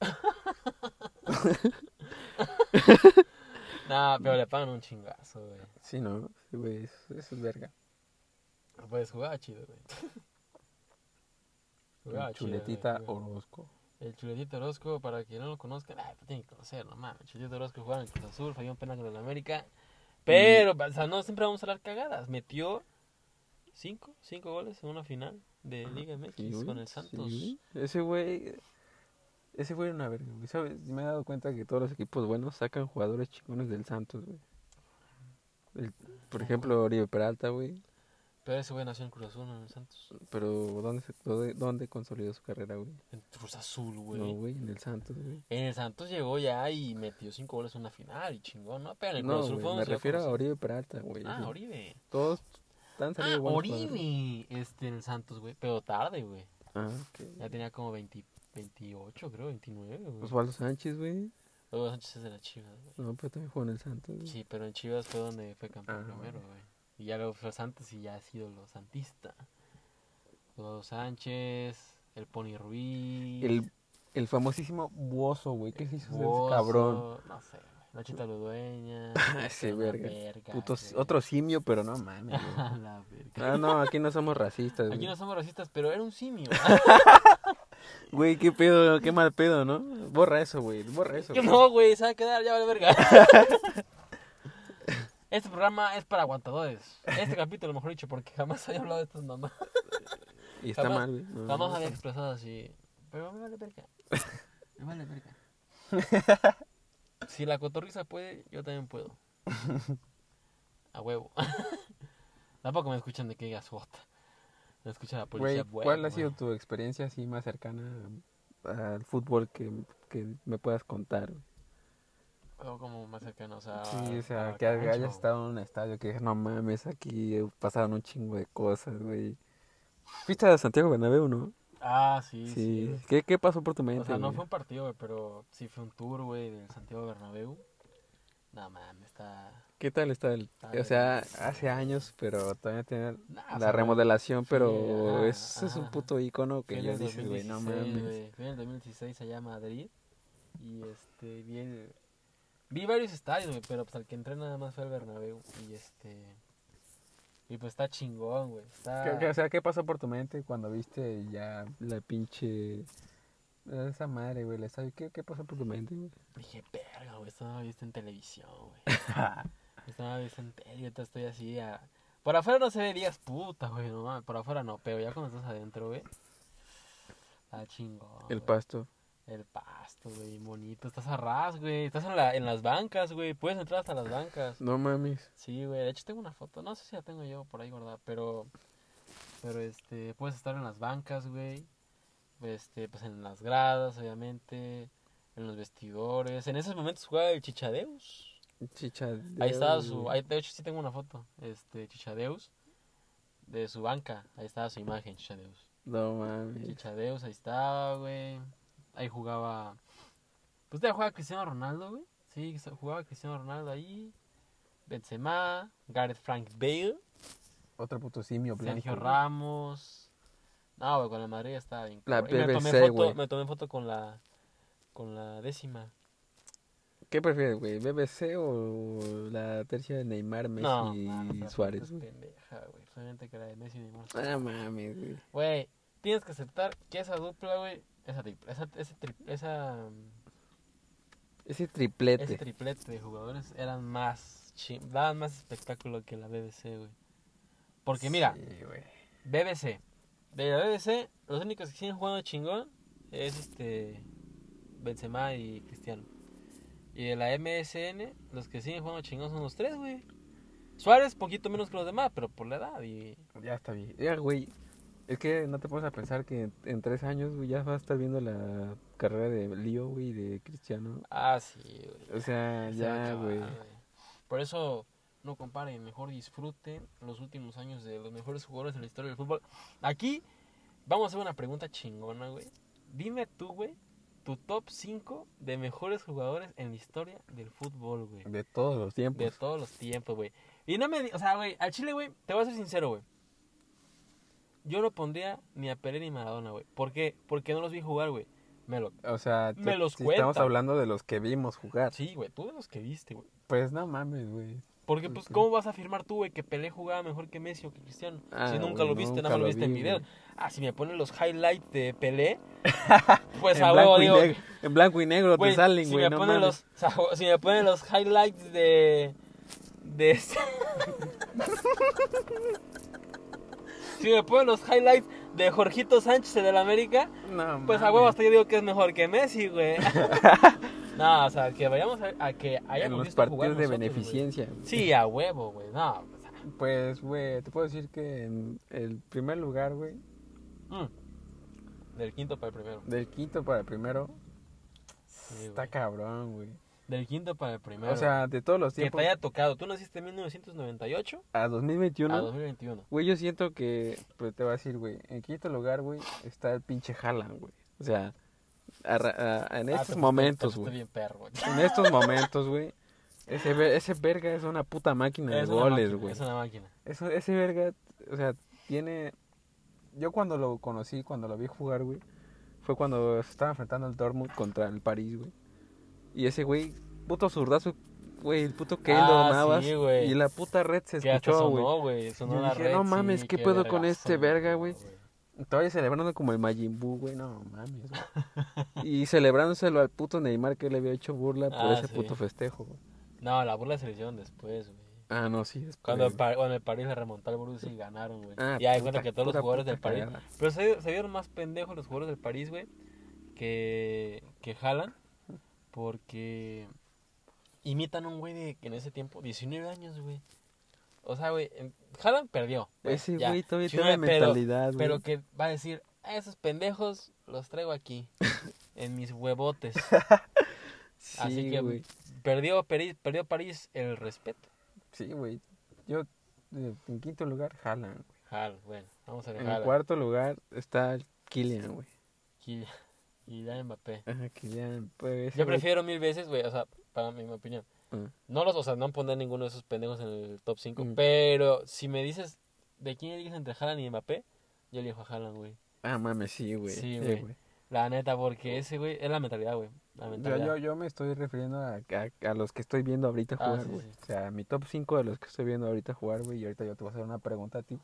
S1: Nah, pero le pagan un chingazo, güey.
S2: Sí, no, ese güey, eso es verga.
S1: Pues jugaba chido, güey.
S2: El Chuletita Orozco.
S1: El Chuletito Orozco, para quien no lo conozca, pues tienen que conocer, no mames. El Chuletito Orozco jugaba en el Cruz Azul, falló un penal con el América. Pero, o sea, no siempre vamos a hablar cagadas. Metió 5 goles en una final de Liga MX sí, con el Santos.
S2: Sí. Ese güey era una verga, güey. ¿Sabes? Me he dado cuenta que todos los equipos buenos sacan jugadores chingones del Santos, güey. Por ejemplo, Oribe Peralta, güey.
S1: Pero ese güey nació en Cruz Azul, no en el Santos.
S2: Pero, ¿dónde consolidó su carrera, güey?
S1: En Cruz Azul, güey.
S2: No, güey, en el Santos, güey.
S1: En el Santos llegó ya y metió 5 goles en una final y chingón, ¿no? Pero en el Cruz Azul
S2: fue me refiero a Oribe Peralta, güey.
S1: Ah, Oribe.
S2: Todos están saliendo buenos
S1: Oribe, en el Santos, güey. Pero tarde, güey.
S2: Ah, ok.
S1: Ya tenía como 28, creo, 29, güey.
S2: Osvaldo Sánchez, güey.
S1: Osvaldo Sánchez es de las Chivas, güey.
S2: No, pero también jugó en el Santos, güey.
S1: Sí, pero en Chivas fue donde fue campeón primero, güey. Y ya luego fue Santos y ya ha sido lo santista. Osvaldo Sánchez, el Pony Ruiz.
S2: El famosísimo Buoso, güey. ¿Qué se hizo ese cabrón?
S1: No sé, güey. Nachita Ludueña.
S2: Sí, verga. Otro simio, pero no mames, güey.
S1: La verga.
S2: No, aquí no somos racistas, güey.
S1: Aquí no somos racistas, pero era un simio.
S2: Güey, qué pedo, qué mal pedo, ¿no? Borra eso, güey.
S1: No, güey, se va a quedar, ya vale verga. Este programa es para aguantadores. Este capítulo, mejor dicho, porque jamás había hablado de estas mamás.
S2: Y está mal, güey.
S1: Jamás había expresado así. Pero me vale verga. Me vale verga. Si la cotorriza puede, yo también puedo. A huevo. Tampoco me escuchan de que digas jota. Me escucha la policía.
S2: Güey, ¿cuál ha sido tu experiencia así más cercana al fútbol que me puedas contar?
S1: O como más cercano, o sea...
S2: Sí, o sea, que hayas estado en un estadio que no mames, aquí pasaron un chingo de cosas, güey. Fuiste a Santiago Bernabéu, ¿no?
S1: Ah, sí.
S2: ¿Qué pasó por tu mente?
S1: O sea, no fue un partido, güey, pero sí fue un tour, güey, del Santiago Bernabéu. No mames, está...
S2: ¿Qué tal está o sea, hace años, pero todavía tiene la remodelación, pero sí, es un puto icono que ya dices, güey, no mames.
S1: Fui en el 2016 allá a Madrid y vi varios estadios, güey, pero pues al que entré nada más fue el Bernabéu y pues está chingón, güey.
S2: O sea, ¿qué pasó por tu mente cuando viste ya la pinche... Esa madre, güey, el estadio? ¿Qué pasó por tu mente, güey?
S1: Dije, verga, güey, esto no lo he visto en televisión, güey. Esto no lo he visto en tele, yo estoy así Por afuera no se ve, digas, puta, güey, no mames, por afuera no, pero ya cuando estás adentro, güey, está chingón.
S2: El
S1: güey.
S2: pasto.
S1: El pasto, güey, bonito. Estás a ras, güey. Estás en las bancas, güey. Puedes entrar hasta las bancas.
S2: No mames.
S1: Sí, güey. De hecho, tengo una foto. No sé si la tengo yo por ahí guardada, pero puedes estar en las bancas, güey. Pues en las gradas, obviamente. En los vestidores. En esos momentos jugaba el Chichadeus.
S2: Chichadeus.
S1: Ahí estaba de hecho, sí tengo una foto. Chichadeus. De su banca. Ahí estaba su imagen, Chichadeus.
S2: No mames.
S1: Chichadeus, ahí estaba, güey. Ahí jugaba. Pues ya jugaba Cristiano Ronaldo, güey. Sí, jugaba Cristiano Ronaldo ahí. Benzema, Gareth Frank Bale.
S2: Otro puto simio blanco.
S1: Sergio Ramos. No, güey, con el Madrid estaba bien.
S2: La
S1: Y
S2: BBC, güey.
S1: me tomé foto con la 10ª.
S2: ¿Qué prefieres, güey? ¿BBC o la tercia de Neymar, Messi y Suárez, güey?
S1: Pendeja, güey. Solamente que era de Messi y Neymar.
S2: Ah, mames, güey.
S1: Güey, tienes que aceptar que esa dupla, güey,
S2: Ese triplete.
S1: ese triplete de jugadores daban más espectáculo que la BBC, güey. Porque mira,
S2: Sí, güey.
S1: BBC. De la BBC, los únicos que siguen jugando chingón es Benzema y Cristiano. Y de la MSN, los que siguen jugando chingón son los tres, güey. Suárez, poquito menos que los demás, pero por la edad y...
S2: Ya está bien. Ya, güey. Es que no te pones a pensar que en 3 años, güey, ya vas a estar viendo la carrera de Lío, güey, y de Cristiano.
S1: Ah, sí, güey.
S2: O sea,
S1: Se va a
S2: ya,
S1: acabar,
S2: güey.
S1: Por eso no comparen, mejor disfruten los últimos años de los mejores jugadores en la historia del fútbol. Aquí vamos a hacer una pregunta chingona, güey. Dime tú, güey, tu top 5 de mejores jugadores en la historia del fútbol, güey.
S2: De todos los tiempos.
S1: De todos los tiempos, güey. Y no o sea, güey, al Chile, güey, te voy a ser sincero, güey. Yo no pondría ni a Pelé ni Maradona, güey. ¿Por qué? Porque no los vi jugar, güey.
S2: O sea,
S1: me los
S2: si estamos
S1: cuentan.
S2: hablando de los que vimos jugar.
S1: Sí, güey, tú de los que viste, güey.
S2: Pues no mames, güey.
S1: Porque, pues, ¿cómo vas a afirmar tú, güey, que Pelé jugaba mejor que Messi o que Cristiano?
S2: Ah,
S1: si nunca
S2: güey,
S1: lo viste,
S2: nunca
S1: nada más lo
S2: lo
S1: viste en
S2: vi,
S1: video.
S2: güey.
S1: Ah, si me ponen los highlights de Pelé, pues
S2: En
S1: a huevo, digo...
S2: en blanco y negro
S1: güey,
S2: te salen,
S1: si
S2: güey,
S1: me
S2: no
S1: ponen
S2: mames.
S1: si me ponen los highlights de si me ponen los highlights de Jorgito Sánchez del América,
S2: No,
S1: pues a
S2: mames.
S1: huevo hasta yo digo que es mejor que Messi, güey. No, o sea, que vayamos a que hayamos
S2: En los
S1: visto jugar
S2: partidos de
S1: nosotros,
S2: beneficencia.
S1: güey. Sí, a huevo, güey. No, o sea,
S2: Pues, güey, te puedo decir que en el primer lugar, güey,
S1: del quinto para el primero.
S2: del quinto para el primero,
S1: Sí,
S2: está
S1: güey.
S2: cabrón, güey.
S1: Del quinto para el primero.
S2: O sea, de todos los
S1: que
S2: tiempos
S1: te haya tocado. Tú naciste en 1998
S2: a
S1: a
S2: 2021,
S1: 2021.
S2: güey, yo siento que, pues te voy a decir, güey, en quinto lugar, güey, está el pinche Haaland, güey. O sea, en estos momentos, güey.
S1: Bien perro, güey.
S2: En estos momentos, güey, ese verga es una puta máquina de
S1: Es una
S2: goles,
S1: máquina,
S2: güey.
S1: Es una máquina.
S2: Ese verga, o sea, tiene... Yo cuando lo conocí, cuando lo vi jugar, güey, fue cuando se estaba enfrentando el Dortmund contra el París, güey. Y ese güey, puto zurdazo, güey, el puto Keylor Navas.
S1: Sí, güey.
S2: Y la puta red se
S1: Que hasta
S2: escuchó, güey.
S1: sonó, güey. Sonó
S2: Yo
S1: la
S2: dije,
S1: red,
S2: no mames,
S1: sí,
S2: ¿qué pedo con
S1: vergazo,
S2: este verga, güey? Todavía celebrando como el Majin Buu, güey, no mames, güey. Y celebrándoselo al puto Neymar que le había hecho burla por ese
S1: sí.
S2: puto festejo, güey.
S1: No, la burla se le hicieron después, güey.
S2: Ah, no, sí, después.
S1: Cuando el París le remontó al Borussia y ganaron, güey.
S2: Ah,
S1: y hay
S2: puta,
S1: cuenta que todos los
S2: pura
S1: jugadores
S2: puta
S1: del París...
S2: cagada.
S1: Pero se vieron más pendejos los jugadores del París, güey, que Haaland. Porque imitan a un güey de en ese tiempo, 19 años, güey. O sea, güey, Haaland perdió.
S2: Ese
S1: ya,
S2: güey todavía
S1: 19,
S2: tiene mentalidad, güey.
S1: pero que va a decir, a esos pendejos los traigo aquí, en mis huevotes.
S2: Sí,
S1: Así que
S2: güey.
S1: perdió París el respeto.
S2: Sí, güey. Yo, en quinto lugar, Haaland, güey.
S1: Haaland, bueno, vamos a ver
S2: En
S1: Haaland.
S2: cuarto lugar está Kylian, güey.
S1: Y ya Mbappé.
S2: Ajá, Kylian, pues... ese
S1: Yo
S2: güey-
S1: prefiero 1000 veces, güey, o sea, para mi opinión.
S2: Ah.
S1: No poner ninguno de esos pendejos en el top 5,
S2: Mm.
S1: pero si me dices de quién eliges entre Haaland y Mbappé, yo elijo a Haaland, güey.
S2: Ah, mames, sí, güey.
S1: Sí, güey. La neta, porque ese, güey, es la mentalidad, güey. La mentalidad.
S2: Yo me estoy refiriendo a los que estoy viendo ahorita
S1: Ah,
S2: jugar,
S1: sí,
S2: güey.
S1: sí.
S2: O sea, mi top 5 de los que estoy viendo ahorita jugar, güey. Y ahorita yo te voy a hacer una pregunta a ti.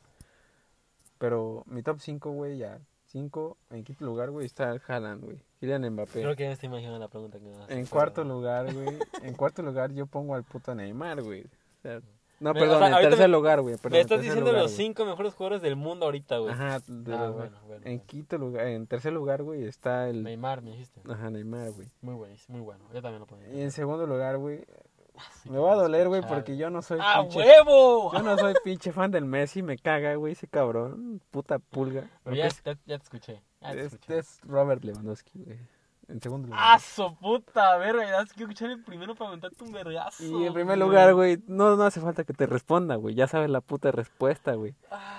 S2: Pero mi top 5, güey, ya. 5, en quinto lugar, güey, está Haaland, güey. Kylian Mbappé.
S1: Creo que ya me estoy imaginando la pregunta que me vas a hacer,
S2: En cuarto
S1: pero-
S2: lugar, güey. En cuarto lugar yo pongo al puto Neymar, güey. O sea, No, perdón, en tercer lugar, güey.
S1: Me estás diciendo los 5 mejores jugadores del mundo ahorita, güey.
S2: Ajá.
S1: Bueno.
S2: En quinto lugar, en tercer lugar, güey, está el...
S1: Neymar, me dijiste.
S2: Ajá, Neymar, güey.
S1: Muy bueno. Yo también lo ponía.
S2: Y en segundo lugar, güey... Me va a doler, güey, porque yo no soy
S1: huevo!
S2: Yo no soy pinche fan del Messi, me caga, güey, ese cabrón. Puta pulga.
S1: Pero ya te escuché.
S2: Es Robert Lewandowski, güey. En segundo lugar.
S1: ¡Ah, su puta verga! Ya quiero escuchar el primero para aventarte un vergazo.
S2: Y en primer lugar, güey, no hace falta que te responda, güey. Ya sabes la puta respuesta, güey.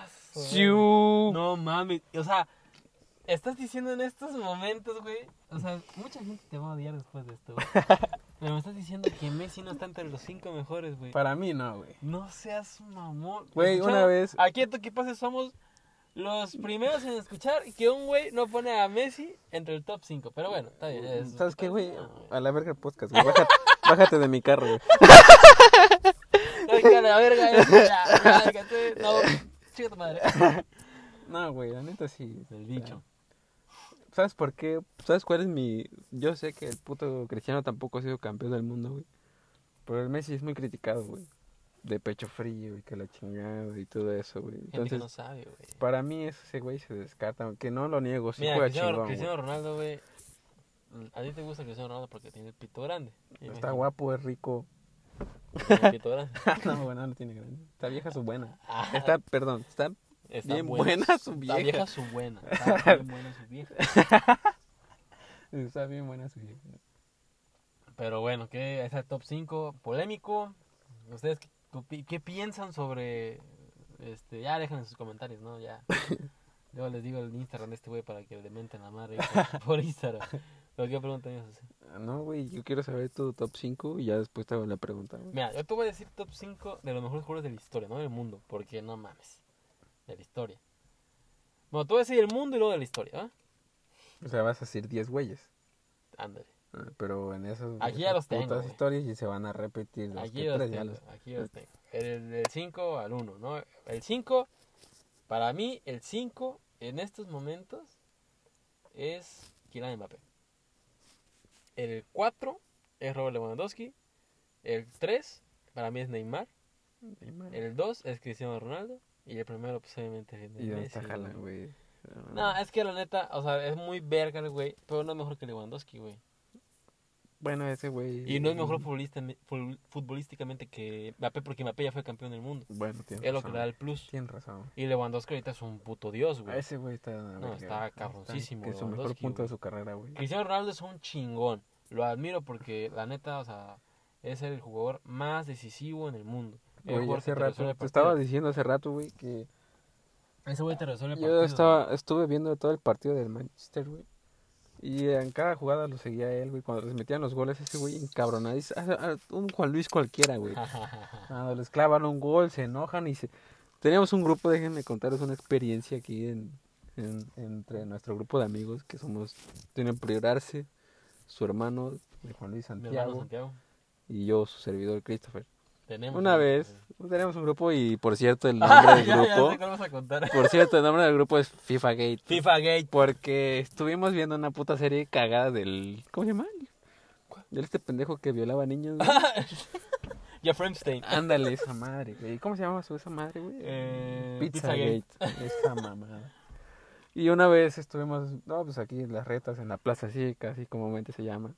S1: No mames. O sea, estás diciendo en estos momentos, güey. O sea, mucha gente te va a odiar después de esto, güey. Pero me estás diciendo que Messi no está entre los 5 mejores, güey.
S2: Para mí no, güey.
S1: No seas mamón.
S2: Güey, una vez...
S1: Aquí en Toquipase somos los primeros en escuchar que un güey no pone a Messi entre el top 5. Pero bueno, está bien.
S2: ¿Sabes qué, güey? A la verga el podcast, güey. Bájate de mi carro, güey.
S1: A la verga, no, chica tu madre.
S2: No, güey, la neta sí.
S1: El bicho.
S2: ¿Sabes por qué? ¿Sabes cuál es mi...? Yo sé que el puto Cristiano tampoco ha sido campeón del mundo, güey. Pero el Messi es muy criticado, güey. De pecho frío y que la chingada y todo eso, güey.
S1: Entonces, gente que no sabe, güey.
S2: Para mí ese güey se descarta, aunque no lo niego, sí
S1: mira,
S2: juega chingón,
S1: Cristiano Ronaldo, güey. A ti te gusta Cristiano Ronaldo porque tiene el pito grande.
S2: Está guapo, es rico.
S1: ¿Tiene el pito grande?
S2: No, bueno, no tiene grande. Está vieja su buena.
S1: Está
S2: Bien buena su vieja.
S1: Está vieja su buena. Está bien buena su vieja.
S2: Está bien buena su vieja.
S1: Pero bueno, que ese top 5 polémico. ¿Ustedes qué piensan sobre ya dejen en sus comentarios, ¿no? Ya. Yo les digo el Instagram de este güey para que le menten la madre por Instagram. ¿Pero qué pregunta me ibas a hacer?
S2: No, güey, yo quiero saber tu top 5 y ya después te hago la pregunta, güey.
S1: Mira, yo te voy a decir top 5 de los mejores jugadores de la historia, no del mundo, porque no mames. De la historia. Bueno, te voy a decir el mundo y luego de la historia, ¿ah?
S2: O sea, vas a decir 10 güeyes.
S1: Ándale.
S2: Pero en esas
S1: aquí ya los tengo,
S2: putas historias y se van a repetir los
S1: aquí los tengo. El 5 al 1, ¿no? El 5, para mí, el 5 en estos momentos es Kylian Mbappé. El 4 es Robert Lewandowski. El 3 para mí es Neymar. El 2 es Cristiano Ronaldo. Y el primero, pues obviamente es
S2: Messi. ¿Y dónde está Haaland, güey?
S1: No, es que la neta, o sea, es muy verga el güey, pero no es mejor que Lewandowski, güey.
S2: Bueno, ese güey...
S1: Y no es mejor futbolísticamente que Mbappé, porque Mbappé ya fue campeón del mundo.
S2: Bueno, tiene razón.
S1: Es lo que le da el plus.
S2: Tienes razón.
S1: Y Lewandowski ahorita es un puto dios, güey.
S2: Ese güey está...
S1: No, está cabroncísimo.
S2: Que es su mejor punto de su carrera, güey.
S1: Cristiano Ronaldo es un chingón. Lo admiro porque, la neta, o sea, es el jugador más decisivo en el mundo.
S2: Güey, hace rato, te estaba diciendo hace rato, güey, que...
S1: Ese güey te resuelve el partido.
S2: Yo estuve viendo todo el partido del Manchester, güey. Y en cada jugada lo seguía él, güey. Cuando les metían los goles, ese güey encabronadísimo. Un Juan Luis cualquiera, güey. Cuando les clavan un gol, se enojan y se... Teníamos un grupo, déjenme contaros una experiencia aquí entre nuestro grupo de amigos que tienen Priorarse, su hermano de Juan Luis Santiago, y yo, su servidor Christopher. Una vez tenemos un grupo y, por cierto, el nombre del grupo... Por cierto, el nombre del grupo es FIFA Gate.
S1: FIFA Gate.
S2: Porque estuvimos viendo una puta serie cagada del... ¿Cómo se llama? De este pendejo que violaba niños, güey.
S1: Jeffrey Epstein.
S2: Ándale, esa madre, güey. ¿Cómo se llama esa madre, güey? Pizza Gate. Esa mamada. Y una vez estuvimos, pues aquí en las retas, en la Plaza Cívica, así comúnmente se llama.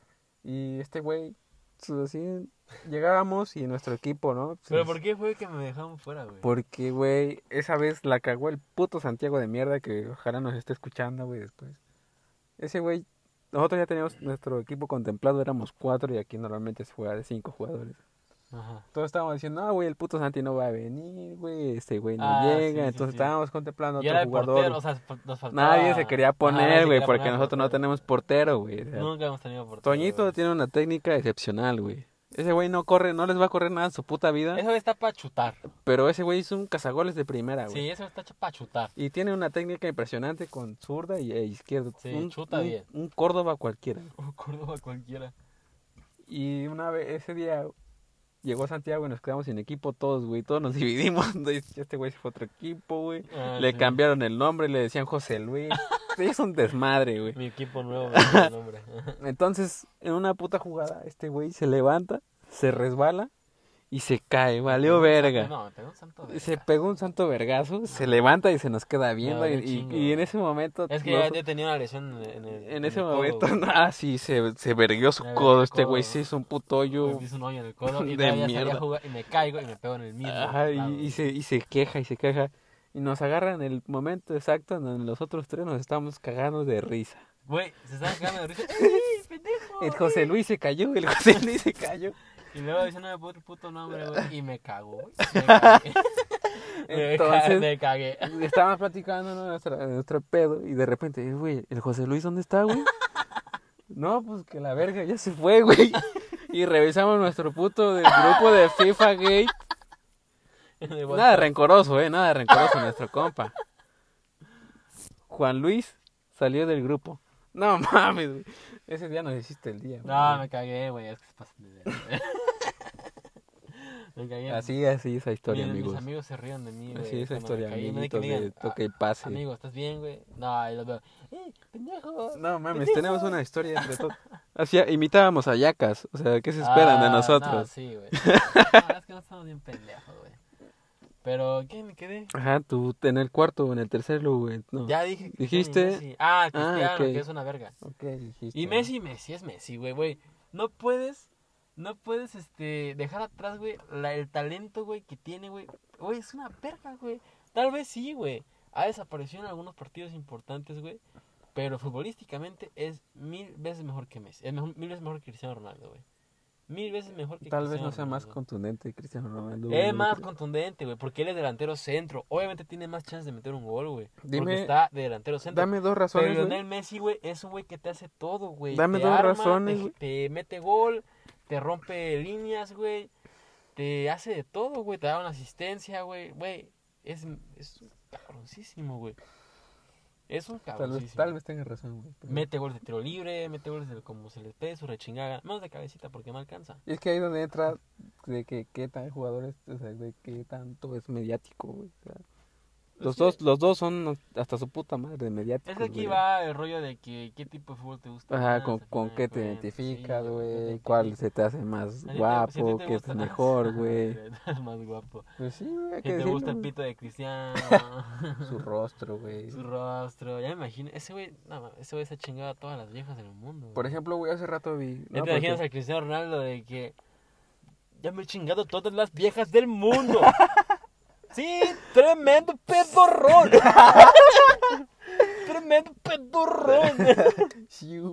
S2: Y este güey, así, llegábamos y nuestro equipo, ¿no?
S1: ¿Pero por qué fue que me dejaron fuera, güey?
S2: Porque, güey, esa vez la cagó el puto Santiago de mierda, que ojalá nos esté escuchando, güey, después. Ese güey, nosotros ya teníamos nuestro equipo contemplado, éramos 4 y aquí normalmente se juega de 5 jugadores.
S1: Ajá.
S2: Todos estábamos diciendo, no, güey, el puto Santi no va a venir, güey, este güey no llega. Entonces estábamos contemplando otro jugador.
S1: Portero, o sea, nos faltaba...
S2: Nadie se quería poner, güey, porque nosotros no tenemos portero, güey. O sea,
S1: nunca hemos tenido portero.
S2: Toñito, güey, tiene una técnica excepcional, güey. Ese güey no corre, no les va a correr nada en su puta vida.
S1: Ese güey está para chutar.
S2: Pero ese güey es un cazagoles de primera, güey.
S1: Sí, ese güey está para chutar.
S2: Y tiene una técnica impresionante con zurda e izquierda.
S1: Sí, chuta bien.
S2: Un Córdoba cualquiera.
S1: Un Córdoba cualquiera.
S2: Y una vez, ese día... Llegó Santiago y nos quedamos sin equipo todos, güey. Todos nos dividimos. Este güey se fue a otro equipo, güey. Le cambiaron el nombre, le decían José Luis. Es un desmadre, güey.
S1: Mi equipo nuevo me dio el nombre.
S2: Entonces, en una puta jugada, este güey se levanta, se resbala y se cae, valió verga.
S1: No, me pegó un santo verga.
S2: Se pegó un santo vergazo, se levanta y se nos queda viendo. Y en ese momento.
S1: Es que ya tenía una lesión
S2: en ese momento. Sí, se verguió su codo. Este güey se hizo un puto hoyo.
S1: Me hizo un hoyo en el codo y
S2: de
S1: todavía
S2: mierda.
S1: Salía a jugar y me caigo y me pego en el mismo.
S2: Ajá, y se queja. Y nos agarra en el momento exacto en donde los otros tres nos estábamos cagando de risa.
S1: Güey, se estaban cagando de risa. ¡Ey, pendejo!
S2: El José Luis se cayó.
S1: Y luego diciéndome otro puto nombre, güey. Y me cago, güey.
S2: Entonces,
S1: me cagué.
S2: Estábamos platicando, ¿no? nuestro pedo. Y de repente, güey, ¿el José Luis dónde está, güey? No, pues que la verga ya se fue, güey. Y revisamos nuestro puto del grupo de FIFA Gate. Nada rencoroso, nuestro compa. Juan Luis salió del grupo. No mames, güey. Ese día nos hiciste el día.
S1: No, me cagué, güey. Es que se pasan de ver. Me cagué.
S2: Así esa historia, amigos.
S1: Mis amigos se ríen de mí, güey.
S2: Así esa historia, amiguitos,
S1: digan,
S2: de toque y pase.
S1: Amigo, ¿estás bien, güey? No, y los veo. Pendejo!
S2: No mames,
S1: pendejo.
S2: tenemos una historia entre todos. Así imitábamos a Yacas. O sea, ¿qué se esperan de nosotros?
S1: No, sí, güey. No, es que no estamos bien pendejos, güey. Pero, ¿qué me quedé?
S2: Ajá, tú en el cuarto o en el tercero, güey. No.
S1: Ya dije.
S2: ¿Dijiste?
S1: Cristiano,
S2: okay.
S1: que es una verga.
S2: Ok, dijiste.
S1: Y Messi es Messi, güey. No puedes, dejar atrás, güey, el talento, güey, que tiene, güey. Güey, es una verga, güey. Tal vez sí, güey. Ha desaparecido en algunos partidos importantes, güey. Pero futbolísticamente es 1000 veces mejor que Messi. Es 1000 veces mejor que Cristiano Ronaldo, güey. 1000 veces mejor que
S2: Tal
S1: Cristiano
S2: vez no sea
S1: Ronaldo.
S2: más contundente Cristiano Ronaldo.
S1: Es más contundente, güey, porque él es delantero centro. Obviamente tiene más chances de meter un gol, güey.
S2: Dime,
S1: porque está de delantero centro.
S2: Dame dos razones,
S1: Pero Lionel Messi, güey, es un güey que te hace todo, güey.
S2: Dame
S1: te
S2: dos
S1: arma,
S2: razones.
S1: te mete gol, te rompe líneas, güey. Te hace de todo, güey. Te da una asistencia, güey. Güey, es un cabroncísimo, güey. Es un cabroncísimo.
S2: Tal vez tengas razón, güey.
S1: Pero... Mete goles de tiro libre, mete goles de como se les pide su rechingada. Menos de cabecita porque no alcanza.
S2: Y es que ahí donde entra de que qué tan jugadores, o sea, de qué tanto es mediático, güey. O sea, los dos son hasta su puta madre mediáticos.
S1: Es que aquí
S2: güey.
S1: Va el rollo de que qué tipo de fútbol te gusta.
S2: Ajá, con qué te identificas, güey. Sí, cuál se te hace más guapo, qué es mejor, güey.
S1: Es más guapo.
S2: Pues sí, güey.
S1: Que te gusta el pito de Cristiano.
S2: Su rostro, güey.
S1: Su rostro. Ya me imagino. Ese güey se ha chingado a todas las viejas del mundo. Güey.
S2: Por ejemplo, güey, hace rato vi.
S1: ¿Ya te imaginas al Cristiano Ronaldo de que ya me he chingado todas las viejas del mundo? Sí, tremendo pedorrón. Tremendo pedorrón.
S2: Siu.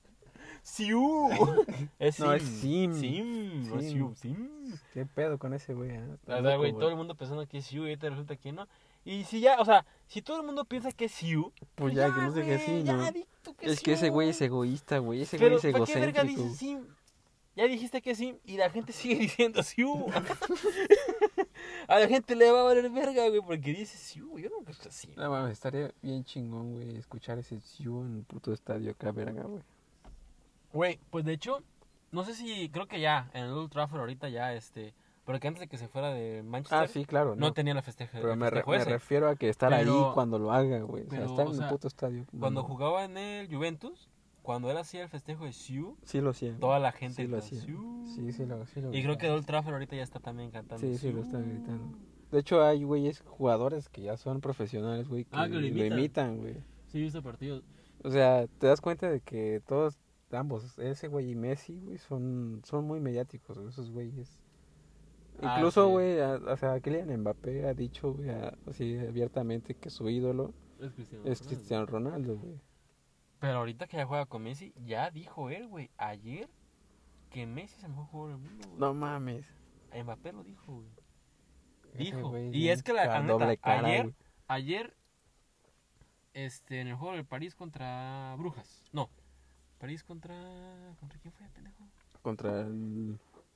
S1: Es
S2: no,
S1: Sim.
S2: es
S1: Sim.
S2: ¿Qué pedo con ese güey?
S1: O sea, güey, todo el mundo pensando que es Siu y ahorita resulta que no. Y si ya, o sea, si todo el mundo piensa que es Siu,
S2: pues ya, que no sé qué sí, ¿no? Es que ese güey es egoísta, güey. Ese
S1: güey
S2: es egocéntrico.
S1: ¿Qué verga dice Sim? Ya dijiste que sí y la gente sigue diciendo Siu. A la gente le va a valer verga, güey, porque dice Siu. Yo no gusta así.
S2: No mames, estaría bien chingón, güey, escuchar ese Siu en el puto estadio acá, verga, güey.
S1: Güey, pues de hecho, no sé si, creo que ya, en el Old Trafford ahorita ya, porque antes de que se fuera de Manchester.
S2: Sí, claro.
S1: No tenía la festeja.
S2: Pero me refiero a que estar ahí cuando lo haga, güey. O sea, estar en el puto estadio.
S1: Cuando jugaba en el Juventus, cuando él hacía el festejo de Siu,
S2: sí lo hacía.
S1: Toda la gente
S2: sí lo hacía. Sí lo
S1: Y creo que Old Trafford ahorita ya está también cantando.
S2: Sí, lo están gritando. De hecho, hay güeyes, jugadores que ya son profesionales, güey, que lo imitan, güey.
S1: Sí, he visto partidos.
S2: O sea, te das cuenta de que ambos, ese güey y Messi, güey, son muy mediáticos, güey, esos güeyes. Incluso, güey, o sea, Kylian Mbappé ha dicho, güey, así abiertamente que su ídolo es Cristiano Ronaldo, güey.
S1: Pero ahorita que ya juega con Messi, ya dijo él, güey, ayer que Messi es el mejor jugador del mundo, güey.
S2: No mames.
S1: Mbappé lo dijo, güey.
S2: Dijo.
S1: Y es que la
S2: doble cara,
S1: ayer, en el juego del París contra Brujas. No. París ¿Contra quién fue, pendejo?
S2: Contra el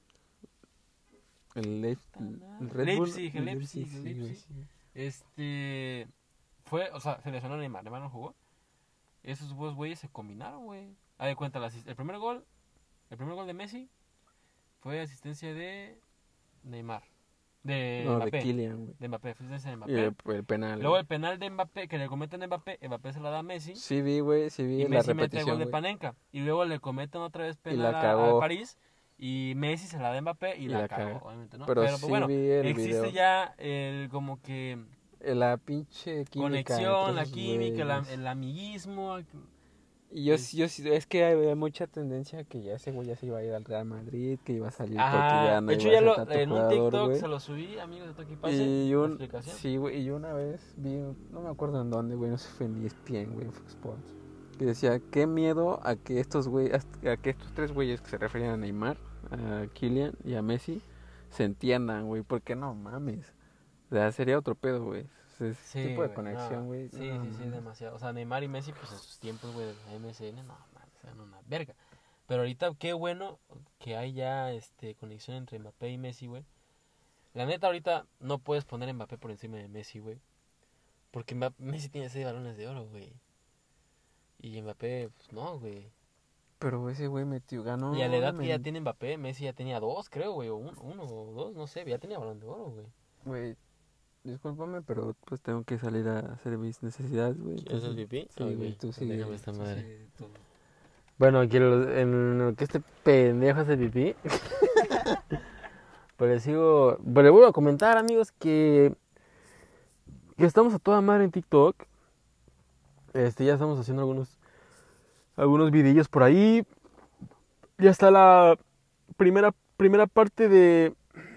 S2: Red Bull.
S1: Leipzig. Fue, o sea, se lesionó Neymar no jugó. Esos dos güeyes se combinaron, güey. Haz de cuenta, el primer gol de Messi fue asistencia de Neymar. De Mbappé.
S2: De Kylian, güey.
S1: De Mbappé, fue asistencia de Mbappé.
S2: Y el penal.
S1: Luego el penal de Mbappé, que le cometen a Mbappé se la da a Messi.
S2: Sí vi, güey,
S1: y
S2: la
S1: Messi
S2: repetición,
S1: mete el gol de Panenka. Y luego le cometen otra vez penal
S2: al
S1: París. Y Messi se la da a Mbappé y la cagó,
S2: cagó.
S1: obviamente, ¿no?
S2: Pero
S1: Pero
S2: sí
S1: pues, bueno,
S2: vi el
S1: existe
S2: video.
S1: ya el como que
S2: La pinche química
S1: conexión,
S2: entre
S1: la
S2: esos
S1: química,
S2: güeyes.
S1: el amiguismo.
S2: Y yo sí, es que hay mucha tendencia que ya ese güey ya se iba a ir al Real Madrid, que iba a salir porque ya no
S1: De hecho
S2: iba a
S1: ya
S2: ser tanto
S1: en un
S2: jugador,
S1: TikTok
S2: güey.
S1: se lo subí, amigos de Toki Pase, la explicación.
S2: Sí, güey, y una vez vi, no me acuerdo en dónde, güey, no sé si fue en ESPN, güey, en Fox Sports, que decía, qué miedo a que estos tres güeyes que se referían a Neymar, a Kylian y a Messi, se entiendan, güey, porque no mames. O sea, sería otro pedo, güey. Ese
S1: Sí,
S2: tipo de
S1: güey,
S2: conexión,
S1: no.
S2: güey.
S1: Sí,
S2: No,
S1: sí, demasiado. O sea, Neymar y Messi, pues en sus tiempos, güey, de la MSN, no, man, eran una verga. Pero ahorita, qué bueno que hay ya conexión entre Mbappé y Messi, güey. La neta, ahorita no puedes poner a Mbappé por encima de Messi, güey. Porque Messi tiene 6 balones de oro, güey. Y Mbappé, pues no, güey.
S2: pero ese güey ganó.
S1: Y a la edad que ya tiene Mbappé, Messi ya tenía 2, creo, güey. O uno o 2, no sé. Ya tenía balón de oro, güey.
S2: Güey, discúlpame, pero pues tengo que salir a hacer mis necesidades, güey.
S1: ¿Quieres el pipí?
S2: Sí, güey, tú sigue.
S1: Déjame esta madre.
S2: Sigue tú.
S1: Bueno, aquí en lo que este pendejo hace pipí. Pero le vuelvo a comentar, amigos, que estamos a toda madre en TikTok. Ya estamos haciendo algunos videillos por ahí. Ya está la primera parte del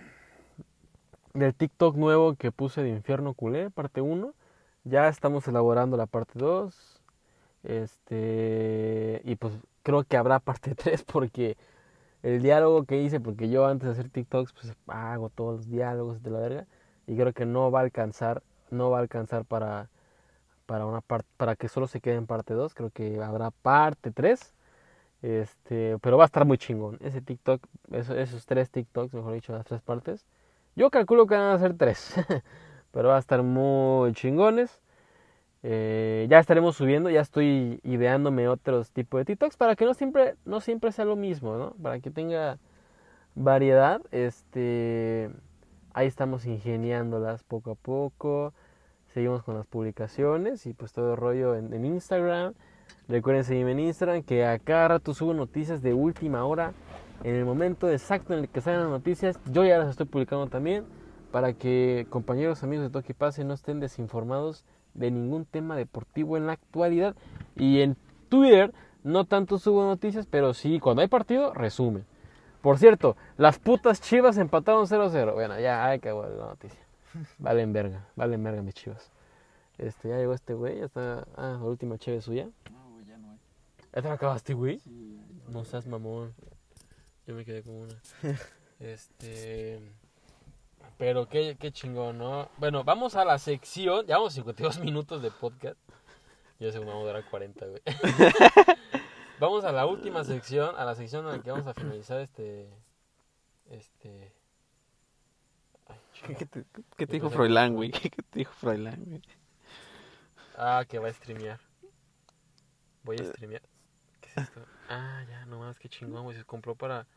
S1: TikTok nuevo que puse de Infierno Culé, parte 1. Ya estamos elaborando la parte 2. Y pues creo que habrá parte 3 porque el diálogo que hice, porque yo antes de hacer TikToks pues hago todos los diálogos de la verga y creo que no va a alcanzar para que solo se quede en parte 2. Creo que habrá parte 3. Pero va a estar muy chingón ese TikTok, esos 3 TikToks, mejor dicho, las 3 partes. Yo calculo que van a ser 3, pero va a estar muy chingones. Ya estaremos subiendo, ya estoy ideándome otros tipos de TikToks para que no siempre sea lo mismo, ¿no? Para que tenga variedad. Ahí estamos ingeniándolas poco a poco. Seguimos con las publicaciones y pues todo el rollo en Instagram. Recuerden seguirme en Instagram, que a cada rato subo noticias de última hora. En el momento exacto en el que salgan las noticias, yo ya las estoy publicando también, para que compañeros, amigos de Toque Pase no estén desinformados de ningún tema deportivo en la actualidad. Y en Twitter no tanto subo noticias, pero sí, cuando hay partido, resumen. Por cierto, las putas Chivas empataron 0-0. Bueno, ya hay que la noticia. Valen verga mis Chivas. Ya llegó este güey, ya está. La última chévere suya.
S2: No, güey, ya no hay.
S1: ¿Ya te la acabaste, güey?
S2: Sí,
S1: No seas mamón. Yo me quedé con una. Pero qué chingón, ¿no? Bueno, vamos a la sección. Llevamos 52 minutos de podcast. Yo sé que vamos a durar 40, güey. Vamos a la última sección, a la sección en la que vamos a finalizar Ay,
S2: ¿Qué te dijo Froilán, güey? ¿Qué te dijo Froilán, güey?
S1: Que va a streamear. Voy a streamear. ¿Qué es esto? Ya, nomás, qué chingón, güey. Se compró para...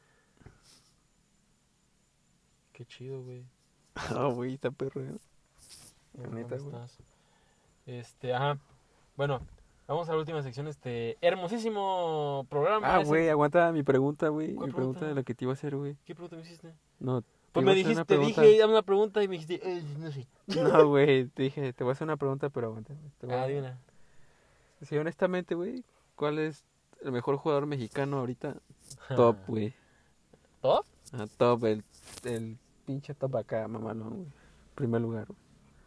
S1: Qué chido, güey.
S2: Güey, está perro, ¿eh? Neta,
S1: ¿Cómo
S2: güey.
S1: estás? Bueno, vamos a la última sección. Hermosísimo programa.
S2: Güey, aguanta mi pregunta, güey.
S1: ¿Cuál
S2: Mi pregunta
S1: pregunta?
S2: de lo que te iba a hacer, güey.
S1: ¿Qué pregunta me hiciste?
S2: No,
S1: Pues
S2: iba
S1: me
S2: a hacer una
S1: te
S2: pregunta.
S1: dije, dame una pregunta y me dijiste, no sé.
S2: No, güey, te dije, te voy a hacer una pregunta, pero aguanta.
S1: Dime.
S2: Sí, honestamente, güey, ¿cuál es el mejor jugador mexicano ahorita? Top, güey.
S1: ¿Top?
S2: Top, el pinche top acá, mamalón, güey. Primer lugar, güey.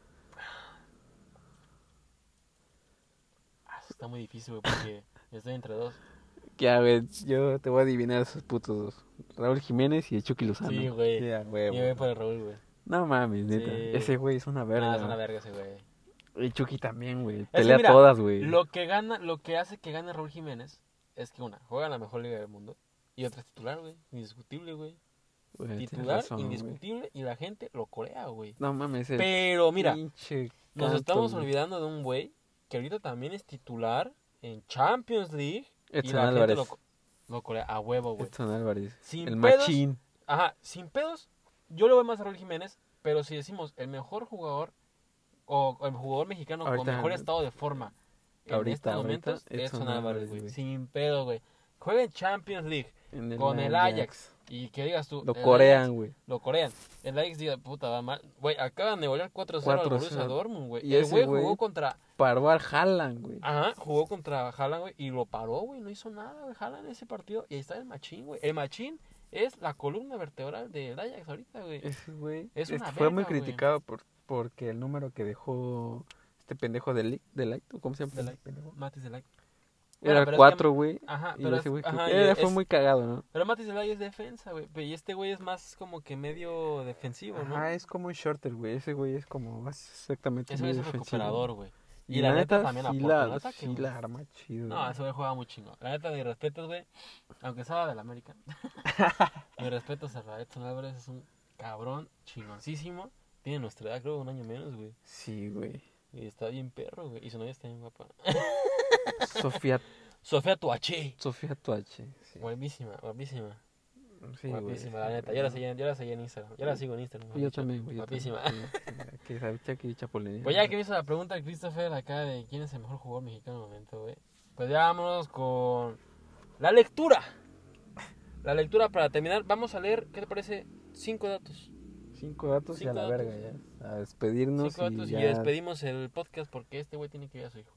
S1: Está muy difícil, güey, porque estoy entre dos.
S2: Ya, güey, yo te voy a adivinar a esos putos dos. Raúl Jiménez y el Chucky Lozano.
S1: Sí, güey.
S2: Ya, güey.
S1: Yo voy por el Raúl, güey.
S2: No mames, neta.
S1: Sí.
S2: Ese güey es una verga.
S1: Es una verga ese güey.
S2: El Chucky también, güey.
S1: Es que
S2: Pelea
S1: mira,
S2: todas, güey.
S1: Lo que hace que gane Raúl Jiménez es que juega en la mejor liga del mundo. Y otra es titular, güey. Indiscutible, güey. Titular,
S2: razón,
S1: indiscutible.
S2: Güey.
S1: Y la gente lo corea, güey.
S2: No mames,
S1: Pero mira,
S2: pinche
S1: nos
S2: canto,
S1: estamos
S2: güey.
S1: olvidando de un güey que ahorita también es titular en Champions League.
S2: Edson
S1: y la
S2: Álvarez.
S1: gente lo corea a huevo, güey.
S2: Edson Álvarez.
S1: Sin
S2: el
S1: pedos,
S2: machín.
S1: Ajá, sin pedos. Yo lo veo más a Raúl Jiménez. Pero si decimos el mejor jugador o el jugador mexicano
S2: Ahorita,
S1: con mejor estado de forma en estos momentos,
S2: Edson
S1: Edson Álvarez, güey.
S2: güey.
S1: Sin pedo, güey. juega en Champions League con el Ajax. Y que digas tú...
S2: Lo corean, güey.
S1: Lo corean. El Ajax diga, puta, va mal. Güey, acaban de golear 4-0 al Borussia Dortmund, güey. Y el güey jugó contra...
S2: Paró al Haaland, güey.
S1: Ajá, jugó contra Haaland, güey. Y lo paró, güey. No hizo nada, güey, Haaland en ese partido. Y ahí está el Machín, güey. El Machín es la columna vertebral del Ajax ahorita, güey.
S2: Ese güey
S1: fue
S2: muy criticado porque el número que dejó este pendejo de Light, ¿cómo se llama?
S1: Matis de Light.
S2: Era el 4, güey.
S1: Ajá,
S2: y
S1: pero
S2: ese güey
S1: fue
S2: muy cagado, ¿no?
S1: Pero Matis de Light es defensa, güey. Y este güey es más como que medio defensivo, ¿no?
S2: Ah, es como un shorter, güey. Ese güey es como exactamente
S1: ese güey es un recuperador, güey.
S2: Y la neta también aporta. Sí, la arma chido.
S1: No, ese güey juega muy chingón. La neta, mis respetos, güey. Aunque sea del América. Mis respetos a Edson Álvarez. Es un cabrón chingoncísimo. Tiene nuestra edad, creo, un año menos, güey.
S2: Sí, güey.
S1: Y está bien perro, güey. Y su novia está bien guapa.
S2: Sofía
S1: Tuache.
S2: Sí.
S1: Guapísima.
S2: Sí,
S1: guapísima, la neta. Yo la seguí en Instagram. Yo la sigo en Instagram.
S2: Yo también, güey.
S1: Guapísima.
S2: Que chapulín.
S1: Pues ya que me hizo la pregunta el Christopher acá de quién es el mejor jugador mexicano en el momento, güey. Pues ya vámonos con la lectura. La lectura para terminar. Vamos a leer, ¿qué te parece? 5 datos.
S2: 5 datos y a la verga ya. A despedirnos.
S1: 5 datos y despedimos el podcast porque este güey tiene que ir a su hijo.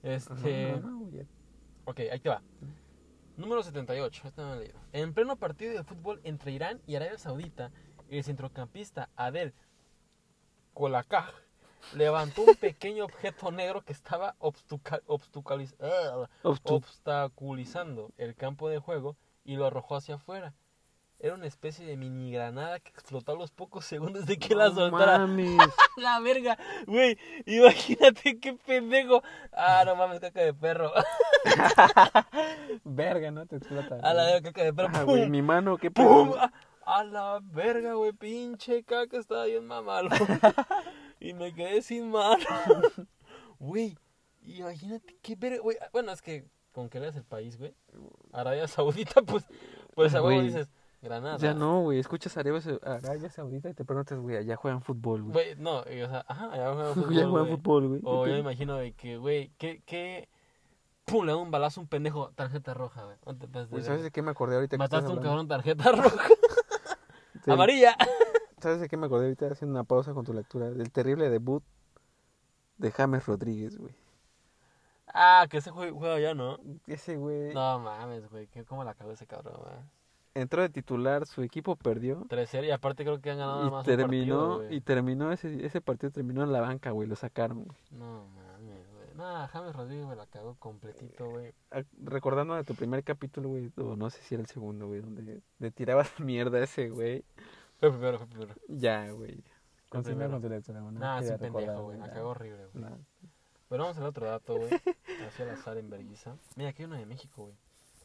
S1: Ok, ahí te va. Número 78, este no lo he leído. En pleno partido de fútbol entre Irán y Arabia Saudita, el centrocampista Adel Kolakaj levantó un pequeño objeto negro que estaba obstaculizando el campo de juego y lo arrojó hacia afuera. Era una especie de mini granada que explotó a los pocos segundos de que la soltara.
S2: Mames.
S1: La verga, güey, imagínate qué pendejo. Ah, no mames, caca de perro.
S2: Verga, ¿no? Te explota.
S1: A la verga, caca de perro.
S2: Ah, güey, mi mano, qué
S1: ¡Pum! A la verga, güey, pinche caca, estaba bien mamalo. Y me quedé sin mano. Güey, imagínate qué verga, güey. Bueno, es que con que leas el país, güey. Arabia Saudita, pues a huevo dices, Granada.
S2: Ya no, güey, escuchas Arabia Saudita y te preguntas, güey, allá juegan fútbol, güey.
S1: Güey, no, o sea, ajá, allá juegan fútbol,
S2: ya juegan fútbol, güey.
S1: O yo me imagino de que, güey, pum, le da un balazo a un pendejo, tarjeta roja, güey.
S2: ¿Sabes de qué me acordé ahorita?
S1: Mataste a un cabrón, tarjeta roja.
S2: Sí.
S1: Amarilla.
S2: ¿Sabes de qué me acordé ahorita haciendo una pausa con tu lectura? Del terrible debut de James Rodríguez, güey.
S1: Ah, que ese juega allá, ¿no?
S2: Ese güey.
S1: No mames, güey, ¿cómo la cagó ese cabrón, güey?
S2: Entró de titular, su equipo perdió.
S1: 3-0 y aparte creo que han ganado nada más un partido,
S2: y terminó ese partido terminó en la banca, güey, lo sacaron, güey.
S1: No mames, güey. Nah, James Rodríguez me la cagó completito, güey.
S2: Recordando de tu primer capítulo, güey, o no sé si era el segundo, güey, donde le tirabas mierda a ese güey.
S1: Fue primero.
S2: Ya, güey. Continúa con tu lectura, güey.
S1: Nah, es un pendejo, güey, la cagó horrible, güey. Nah. Bueno, vamos al otro dato, güey. Hacia el azar en vergüenza. Mira, aquí hay uno de México, güey.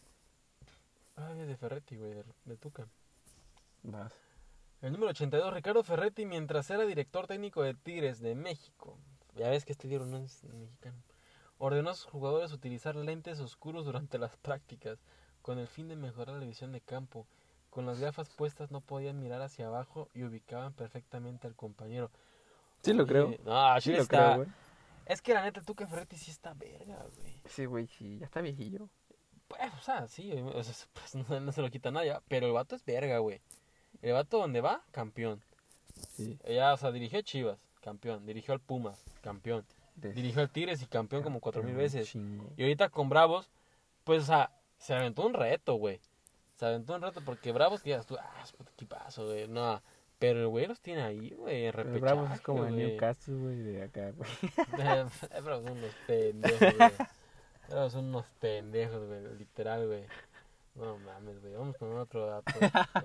S1: Ah, de Ferretti, güey, de Tuca.
S2: Vas.
S1: El número 82, Ricardo Ferretti, mientras era director técnico de Tigres de México. Ya ves que este libro no es mexicano. Ordenó a sus jugadores utilizar lentes oscuros durante las prácticas, con el fin de mejorar la visión de campo. Con las gafas puestas no podían mirar hacia abajo y ubicaban perfectamente al compañero.
S2: Sí lo creo.
S1: No,
S2: sí lo creo, güey.
S1: Es que la neta, Tuca Ferretti sí está verga, güey.
S2: Sí, güey, sí, ya está viejillo.
S1: Pues, o sea, sí, pues no se lo quita nadie, pero el vato es verga, güey. El vato donde va, campeón.
S2: Sí.
S1: Ya, o sea, dirigió a Chivas, campeón. Dirigió al Pumas, campeón. Dirigió al Tigres y campeón como 4,000 veces.
S2: Chingo.
S1: Y ahorita con Bravos, pues, o sea, se aventó un reto, güey. Se aventó un reto porque Bravos, que ya tú, es puto equipazo, güey. No, pero el güey los tiene ahí, güey, en repechaje.
S2: Bravos es como el Newcastle, güey, de acá, güey.
S1: Bravos son unos pendejos, güey. Bravos son unos pendejos, güey, literal, güey. No mames, güey. Vamos con otro dato.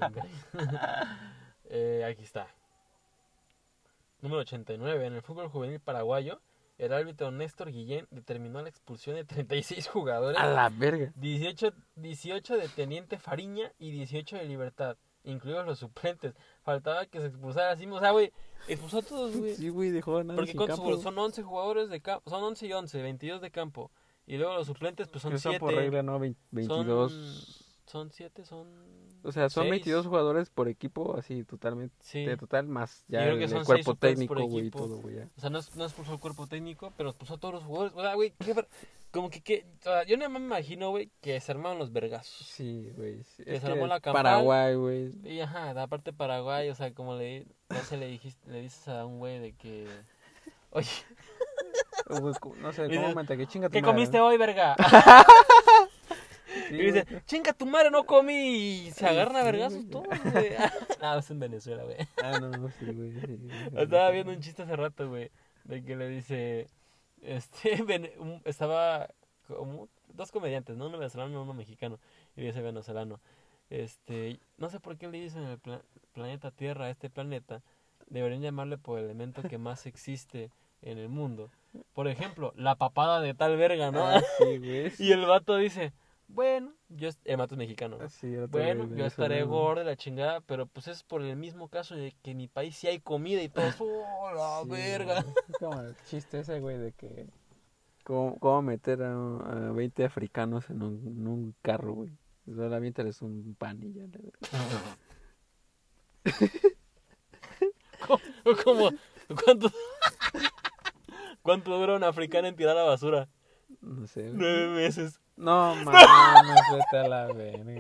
S1: Aquí está. Número 89. En el fútbol juvenil paraguayo, el árbitro Néstor Guillén determinó la expulsión de 36 jugadores.
S2: A la verga.
S1: 18 de Teniente Fariña y 18 de Libertad, incluidos los suplentes. Faltaba que se expulsara así. O sea, güey, expulsó a todos, güey.
S2: Sí, güey, dejó a nadie.
S1: Porque ¿cuántos son 11 jugadores de campo? Son 11 y 11, 22 de campo. Y luego los suplentes, pues son 7.
S2: Por regla, ¿no? 22.
S1: Son 7,
S2: O sea, son
S1: 6.
S2: 22 jugadores por equipo, así totalmente.
S1: Sí.
S2: De total, más ya
S1: Yo creo que
S2: el
S1: son
S2: cuerpo
S1: 6
S2: técnico,
S1: por
S2: güey, y
S1: equipo.
S2: todo, güey. Ya.
S1: O sea, no expulsó el cuerpo técnico, pero expulsó a todos los jugadores. O sea, güey, como que o sea, yo nada más me imagino, güey, que se armaron los vergazos.
S2: Sí, güey. Sí.
S1: Que
S2: Es
S1: se armó la campal.
S2: Paraguay, güey.
S1: Y ajá, la parte Paraguay, o sea, como no sé, le dices a un güey de que, oye,
S2: No sé,
S1: Dices,
S2: ¿cómo mente? Que chinga tu
S1: ¿qué
S2: madre,
S1: comiste
S2: ¿no?
S1: hoy, verga?
S2: Sí,
S1: Y dice,
S2: güey.
S1: chinga tu madre, no comí. Y se agarran a
S2: Sí,
S1: vergazos
S2: güey.
S1: todos, güey. No, es en Venezuela, güey.
S2: Ah, no, sí, güey. Sí,
S1: Estaba viendo un chiste hace rato, güey, de que le dice, estaba como dos comediantes, ¿no? Uno venezolano y uno mexicano. Y dice venezolano, no sé por qué le dicen el planeta Tierra a este planeta. Deberían llamarle por el elemento que más existe en el mundo. Por ejemplo, la papada de tal verga, ¿no?
S2: Ah, sí, güey.
S1: Y el vato dice, bueno, el vato es mexicano, ¿no?
S2: Sí, otro
S1: Bueno,
S2: güey
S1: yo estaré
S2: venezolano.
S1: gordo de la chingada, pero pues es por el mismo caso de que en mi país sí hay comida y todo. ¡Oh, la
S2: Sí,
S1: verga!
S2: güey. Es como el chiste ese, güey, de que... ¿Cómo meter a 20 africanos en un carro, güey? Solamente les un pan y ya. La verdad.
S1: Como, ¿cuánto, ¿cuánto dura un africano en tirar la basura?
S2: No sé, güey.
S1: 9 meses.
S2: No, mames, vete a la verga.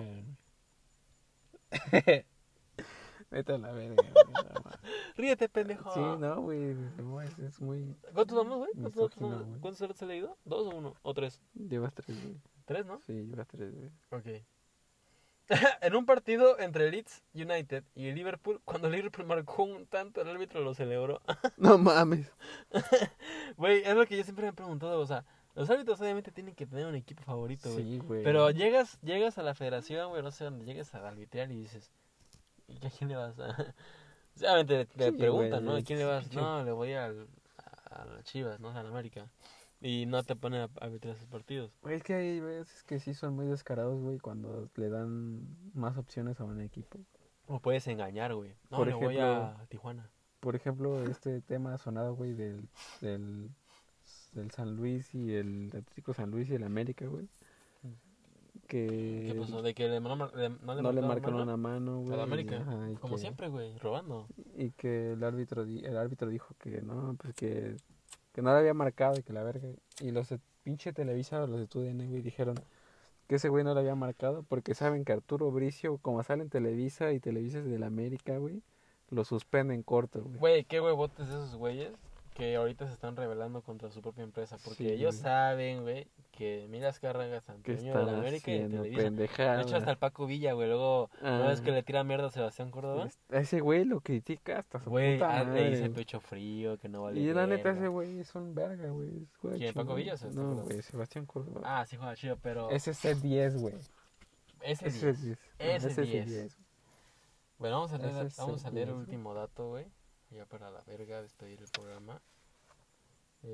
S2: Vete a la verga, güey. No, mames.
S1: Ríete, pendejo.
S2: Sí, no, güey. No, es muy...
S1: ¿Cuántos vamos, güey?
S2: misógino, güey.
S1: ¿Cuántos horas has leído? ¿2 o 1? ¿O 3?
S2: Llevas 3, güey.
S1: 3, ¿no?
S2: Sí, llevas 3, güey.
S1: Ok. En un partido entre Leeds United y Liverpool, cuando Liverpool marcó un tanto, el árbitro lo celebró.
S2: No mames.
S1: Güey, es lo que yo siempre me he preguntado, o sea, los árbitros obviamente tienen que tener un equipo favorito, güey.
S2: Sí, güey.
S1: Pero llegas a la federación, güey, no sé dónde, llegas a arbitrar y dices, ¿y a quién le vas a...? Obviamente te
S2: Sí,
S1: preguntan,
S2: güey,
S1: ¿no? ¿A quién le vas?
S2: sí.
S1: No, le voy a las Chivas, ¿no? A la América. Y no te ponen a arbitrar esos partidos.
S2: Güey, es que hay veces que sí son muy descarados, güey, cuando le dan más opciones a un equipo.
S1: O puedes engañar, güey. No,
S2: Por
S1: le voy
S2: ejemplo-
S1: a Tijuana.
S2: Por ejemplo, este tema sonado, güey, del San Luis y el Atlético San Luis y el América, güey.
S1: ¿Qué
S2: Que
S1: pasó? De que no
S2: no le
S1: marcaron
S2: marcaron
S1: mano
S2: una mano, güey.
S1: a la América.
S2: Ajá,
S1: Como siempre, güey, robando.
S2: Y que el árbitro dijo que no, pues que no le había marcado y que la verga. Y los de pinche Televisa o los de TUDN, güey, dijeron que ese güey no le había marcado porque saben que Arturo Bricio, como sale en Televisa y Televisa es del América, güey, lo suspenden corto, güey.
S1: Güey, qué huevotes esos güeyes que ahorita se están rebelando contra su propia empresa. Porque
S2: Sí,
S1: ellos
S2: güey.
S1: saben, güey, que Miras Cárragas,
S2: Que
S1: Antonio de
S2: están
S1: la América y de
S2: haciendo
S1: Televisa.
S2: pendejada.
S1: De hecho, hasta el Paco Villa, güey, luego, ¿no
S2: Ah.
S1: ves que le tira mierda a Sebastián Córdoba?
S2: A ese güey lo critica hasta su
S1: Güey,
S2: puta
S1: le
S2: madre.
S1: dice
S2: güey.
S1: pecho frío, que no vale
S2: Y la neta
S1: verga.
S2: ese güey es un verga, güey. Juega
S1: ¿Quién, Paco
S2: chingón.
S1: Villa o Sebastián
S2: No,
S1: Córdoba?
S2: güey, Sebastián Córdoba.
S1: Ah, sí juega chido, pero
S2: Ese es C10, güey.
S1: ese
S2: Ese
S1: 10.
S2: es
S1: Ese
S2: Ese
S1: 10.
S2: 10.
S1: Bueno, vamos a
S2: Ese
S1: leer el
S2: 10,
S1: último dato, güey. Ya para la verga despedir el programa. A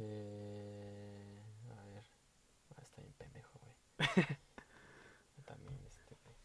S1: ver. Está bien pendejo, güey. También güey.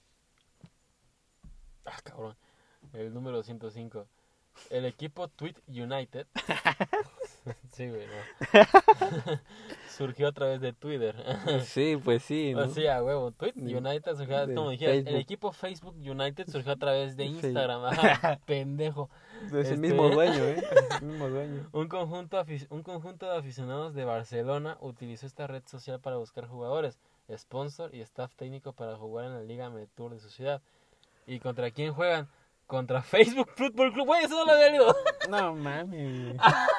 S1: Ah, cabrón. El número 105. El equipo Tweet United. Sí, güey, no. Surgió a través de Twitter.
S2: Sí, pues sí, ¿no?
S1: O sea, huevo, Tweet
S2: De-
S1: United surgió,
S2: de
S1: como dijeras, el
S2: Facebook.
S1: equipo Facebook United surgió a través de
S2: Sí.
S1: Instagram. Ajá, pendejo.
S2: Es el mismo dueño, ¿eh? El mismo dueño.
S1: Un conjunto de aficionados de Barcelona utilizó esta red social para buscar jugadores, sponsor y staff técnico para jugar en la Liga Amateur de su ciudad. ¿Y contra quién juegan? Contra Facebook Football Club. Güey, eso no lo había leído.
S2: No mames.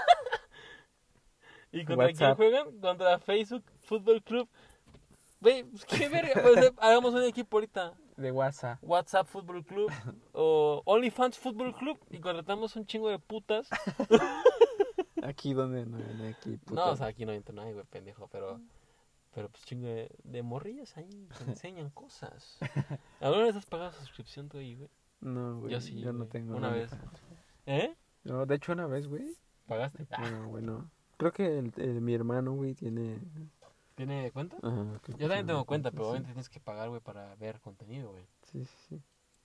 S1: ¿Y contra
S2: WhatsApp.
S1: quién juegan? Contra Facebook Football Club. Güey, pues qué verga. Pues, hagamos un equipo ahorita.
S2: De WhatsApp.
S1: WhatsApp Football Club o OnlyFans Football Club y contratamos un chingo de putas.
S2: Aquí donde no hay aquí, puta.
S1: No, o sea, aquí no hay, güey, pendejo, pero pues chingo de morrillas ahí que enseñan cosas. ¿Alguna vez has pagado suscripción tú ahí, güey?
S2: No, güey.
S1: Yo sí,
S2: Yo no
S1: güey,
S2: tengo
S1: una
S2: nada.
S1: vez. ¿Eh?
S2: No, de hecho, una vez, güey.
S1: ¿Pagaste? Ah,
S2: No, bueno. Creo que mi hermano, güey, tiene.
S1: ¿tiene cuenta?
S2: Ajá, creo que
S1: Yo también
S2: sí,
S1: tengo cuenta, pero
S2: sí.
S1: obviamente tienes que pagar, güey, para ver contenido, güey.
S2: Sí, sí, sí.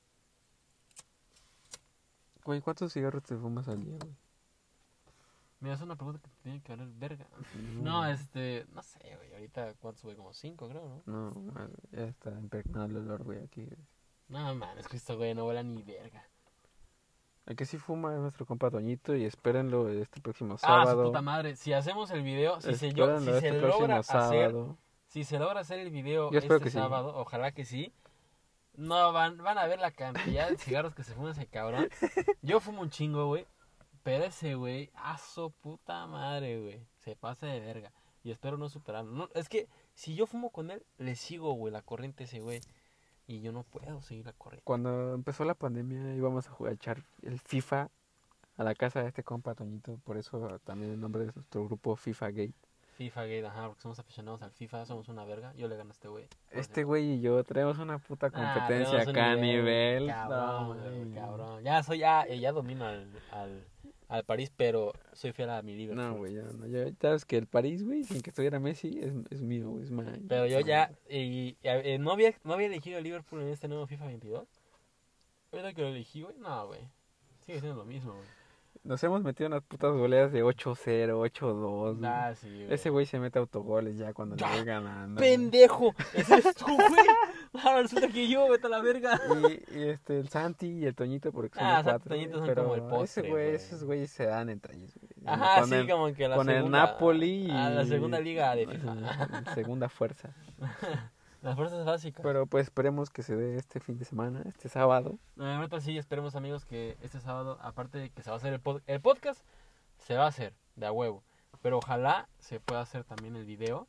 S2: Güey, ¿cuántos cigarros te fumas al día, güey?
S1: Mira, es una pregunta que te tiene que valer verga.
S2: No.
S1: No, no sé, güey, ahorita, ¿cuántos, güey? Como 5, creo, ¿no?
S2: No, madre, ya está impregnado el olor, güey, aquí. Güey.
S1: No, man, es que esto, güey, no vuela ni verga.
S2: El que sí fuma es nuestro compa Toñito y espérenlo este próximo
S1: Ah,
S2: sábado.
S1: su puta madre. Si hacemos el video, si se
S2: Espérenlo este
S1: logra
S2: próximo sábado.
S1: hacer, si se logra hacer el video
S2: Yo espero
S1: este
S2: que sí.
S1: sábado, ojalá que sí. No, van a ver la cantidad de cigarros que se fuma ese cabrón. Yo fumo un chingo, güey. Pero ese güey, a su puta madre, güey. Se pasa de verga. Y espero no superarlo. No, es que si yo fumo con él, le sigo, güey, la corriente a ese güey. Y yo no puedo seguir la corriente.
S2: Cuando empezó la pandemia íbamos a jugar a echar el FIFA a la casa de este compa Toñito. Por eso también el nombre de nuestro grupo FIFA Gate.
S1: FIFA Gate, ajá, porque somos aficionados al FIFA, somos una verga. Yo le gano a este güey.
S2: Este güey y yo tenemos una puta competencia
S1: tenemos un
S2: acá a nivel.
S1: Cabrón,
S2: No,
S1: güey, cabrón. Ya domino al París, pero soy fiel a mi Liverpool.
S2: No, güey, yo sabes que el París, güey, sin que estuviera Messi, es mío, güey, es mío.
S1: Pero yo ya, no había elegido el Liverpool en este nuevo FIFA 22. Ahorita que lo elegí, güey, no, güey. Sigue siendo lo mismo, güey.
S2: Nos hemos metido unas putas goleadas de 8-0, 8-2.
S1: Ah, sí, güey.
S2: Ese güey se mete autogoles ya cuando le voy ganando.
S1: ¡Pendejo! ¡Ese eres tú, güey! Ahora resulta que yo, vete a la verga.
S2: Y el Santi y el Toñito, porque son
S1: Santi y
S2: cuatro.
S1: Toñito son
S2: pero
S1: como el postre, güey.
S2: esos güeyes se dan entre ellos, güey.
S1: Ajá,
S2: Con
S1: sí,
S2: el,
S1: como que la
S2: con
S1: segunda...
S2: el Napoli.
S1: A la segunda liga de FIFA.
S2: Segunda fuerza.
S1: Las fuerzas básicas.
S2: Pero pues esperemos que se dé este fin de semana, este sábado.
S1: No, ahorita sí, esperemos, amigos, que este sábado, aparte de que se va a hacer el podcast, se va a hacer de a huevo. Pero ojalá se pueda hacer también el video.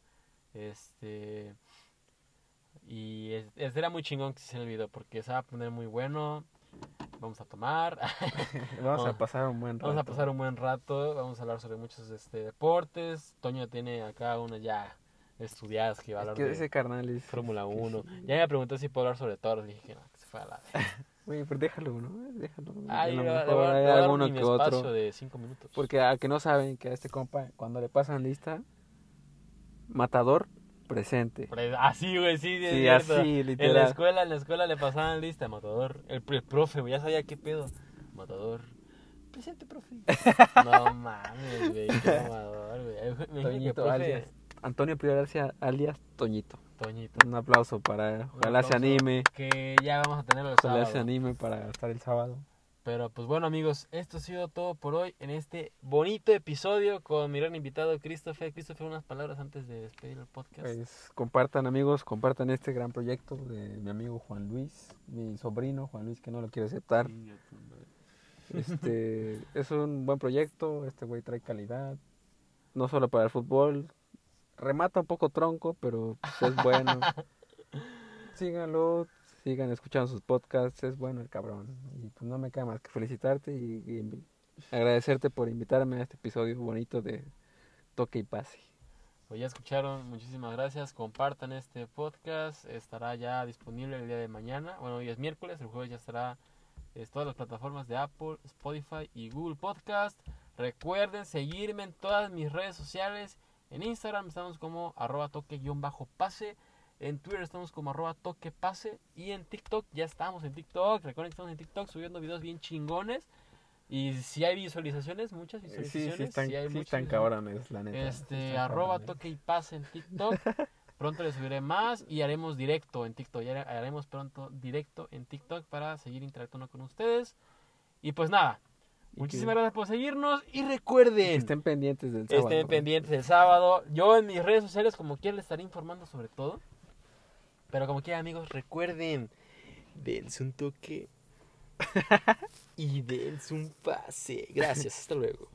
S1: Y será muy chingón que se hiciera el video porque se va a poner muy bueno. Vamos a tomar.
S2: Vamos a pasar un buen rato.
S1: Vamos a pasar un buen rato. Vamos a hablar sobre muchos deportes. Toño tiene acá unas ya estudiadas que va a hablar de
S2: ese carnal es
S1: Fórmula 1.
S2: Sí.
S1: Ya me preguntó si puedo hablar sobre toros. Le dije que no, que se fue a la
S2: Güey, pero déjalo, ¿no? Déjalo.
S1: Ah,
S2: A lo
S1: le
S2: mejor
S1: voy a
S2: hay
S1: dar
S2: alguno
S1: mi
S2: que
S1: espacio
S2: otro.
S1: de 5 minutos.
S2: Porque a que no saben que a este compa, cuando le pasan lista, matador presente.
S1: Así, güey, sí, es
S2: Sí,
S1: cierto.
S2: así, literal.
S1: En la escuela le pasaban lista, matador. El profe, güey, ya sabía qué pedo. Matador. Presente, profe. No mames, güey, qué mamador, güey. Me dije que
S2: Toñito,
S1: profe...
S2: alias Antonio Prior García, alias Toñito.
S1: Toñito.
S2: Un aplauso para, ojalá se anime.
S1: Que ya vamos a tenerlo el
S2: Ojalá
S1: sábado.
S2: se anime para estar el sábado.
S1: Pero pues bueno, amigos, esto ha sido todo por hoy en este bonito episodio con mi gran invitado Christopher. Christopher, unas palabras antes de despedir el podcast.
S2: Pues compartan, amigos, compartan este gran proyecto de mi amigo Juan Luis, mi sobrino Juan Luis, que no lo quiere aceptar. Es un buen proyecto, este güey trae calidad, no solo para el fútbol, remata un poco tronco, pero pues, es bueno. Síganlo, sigan escuchando sus podcasts, es bueno el cabrón. Y pues no me queda más que felicitarte y agradecerte por invitarme a este episodio bonito de Toque y Pase.
S1: Pues ya escucharon, muchísimas gracias, compartan este podcast, estará ya disponible el día de mañana, bueno, hoy es miércoles, el jueves ya estará en todas las plataformas de Apple, Spotify y Google Podcast. Recuerden seguirme en todas mis redes sociales, en Instagram estamos como @toque_pase, en Twitter estamos como @toquepase y en TikTok ya estamos en TikTok, recuerden que estamos en TikTok subiendo videos bien chingones. Y si hay visualizaciones, muchas visualizaciones.
S2: Sí están cabrones, la neta.
S1: @toque y pase en TikTok. Pronto les subiré más y haremos directo en TikTok. Ya haremos pronto directo en TikTok para seguir interactuando con ustedes. Y pues nada, muchísimas gracias por seguirnos y recuerden.
S2: Que estén pendientes del sábado.
S1: Estén pendientes del sábado. Yo en mis redes sociales como quiera les estaré informando sobre todo. Pero como quiera, amigos, recuerden, dense un toque y dense un pase. Gracias, hasta luego.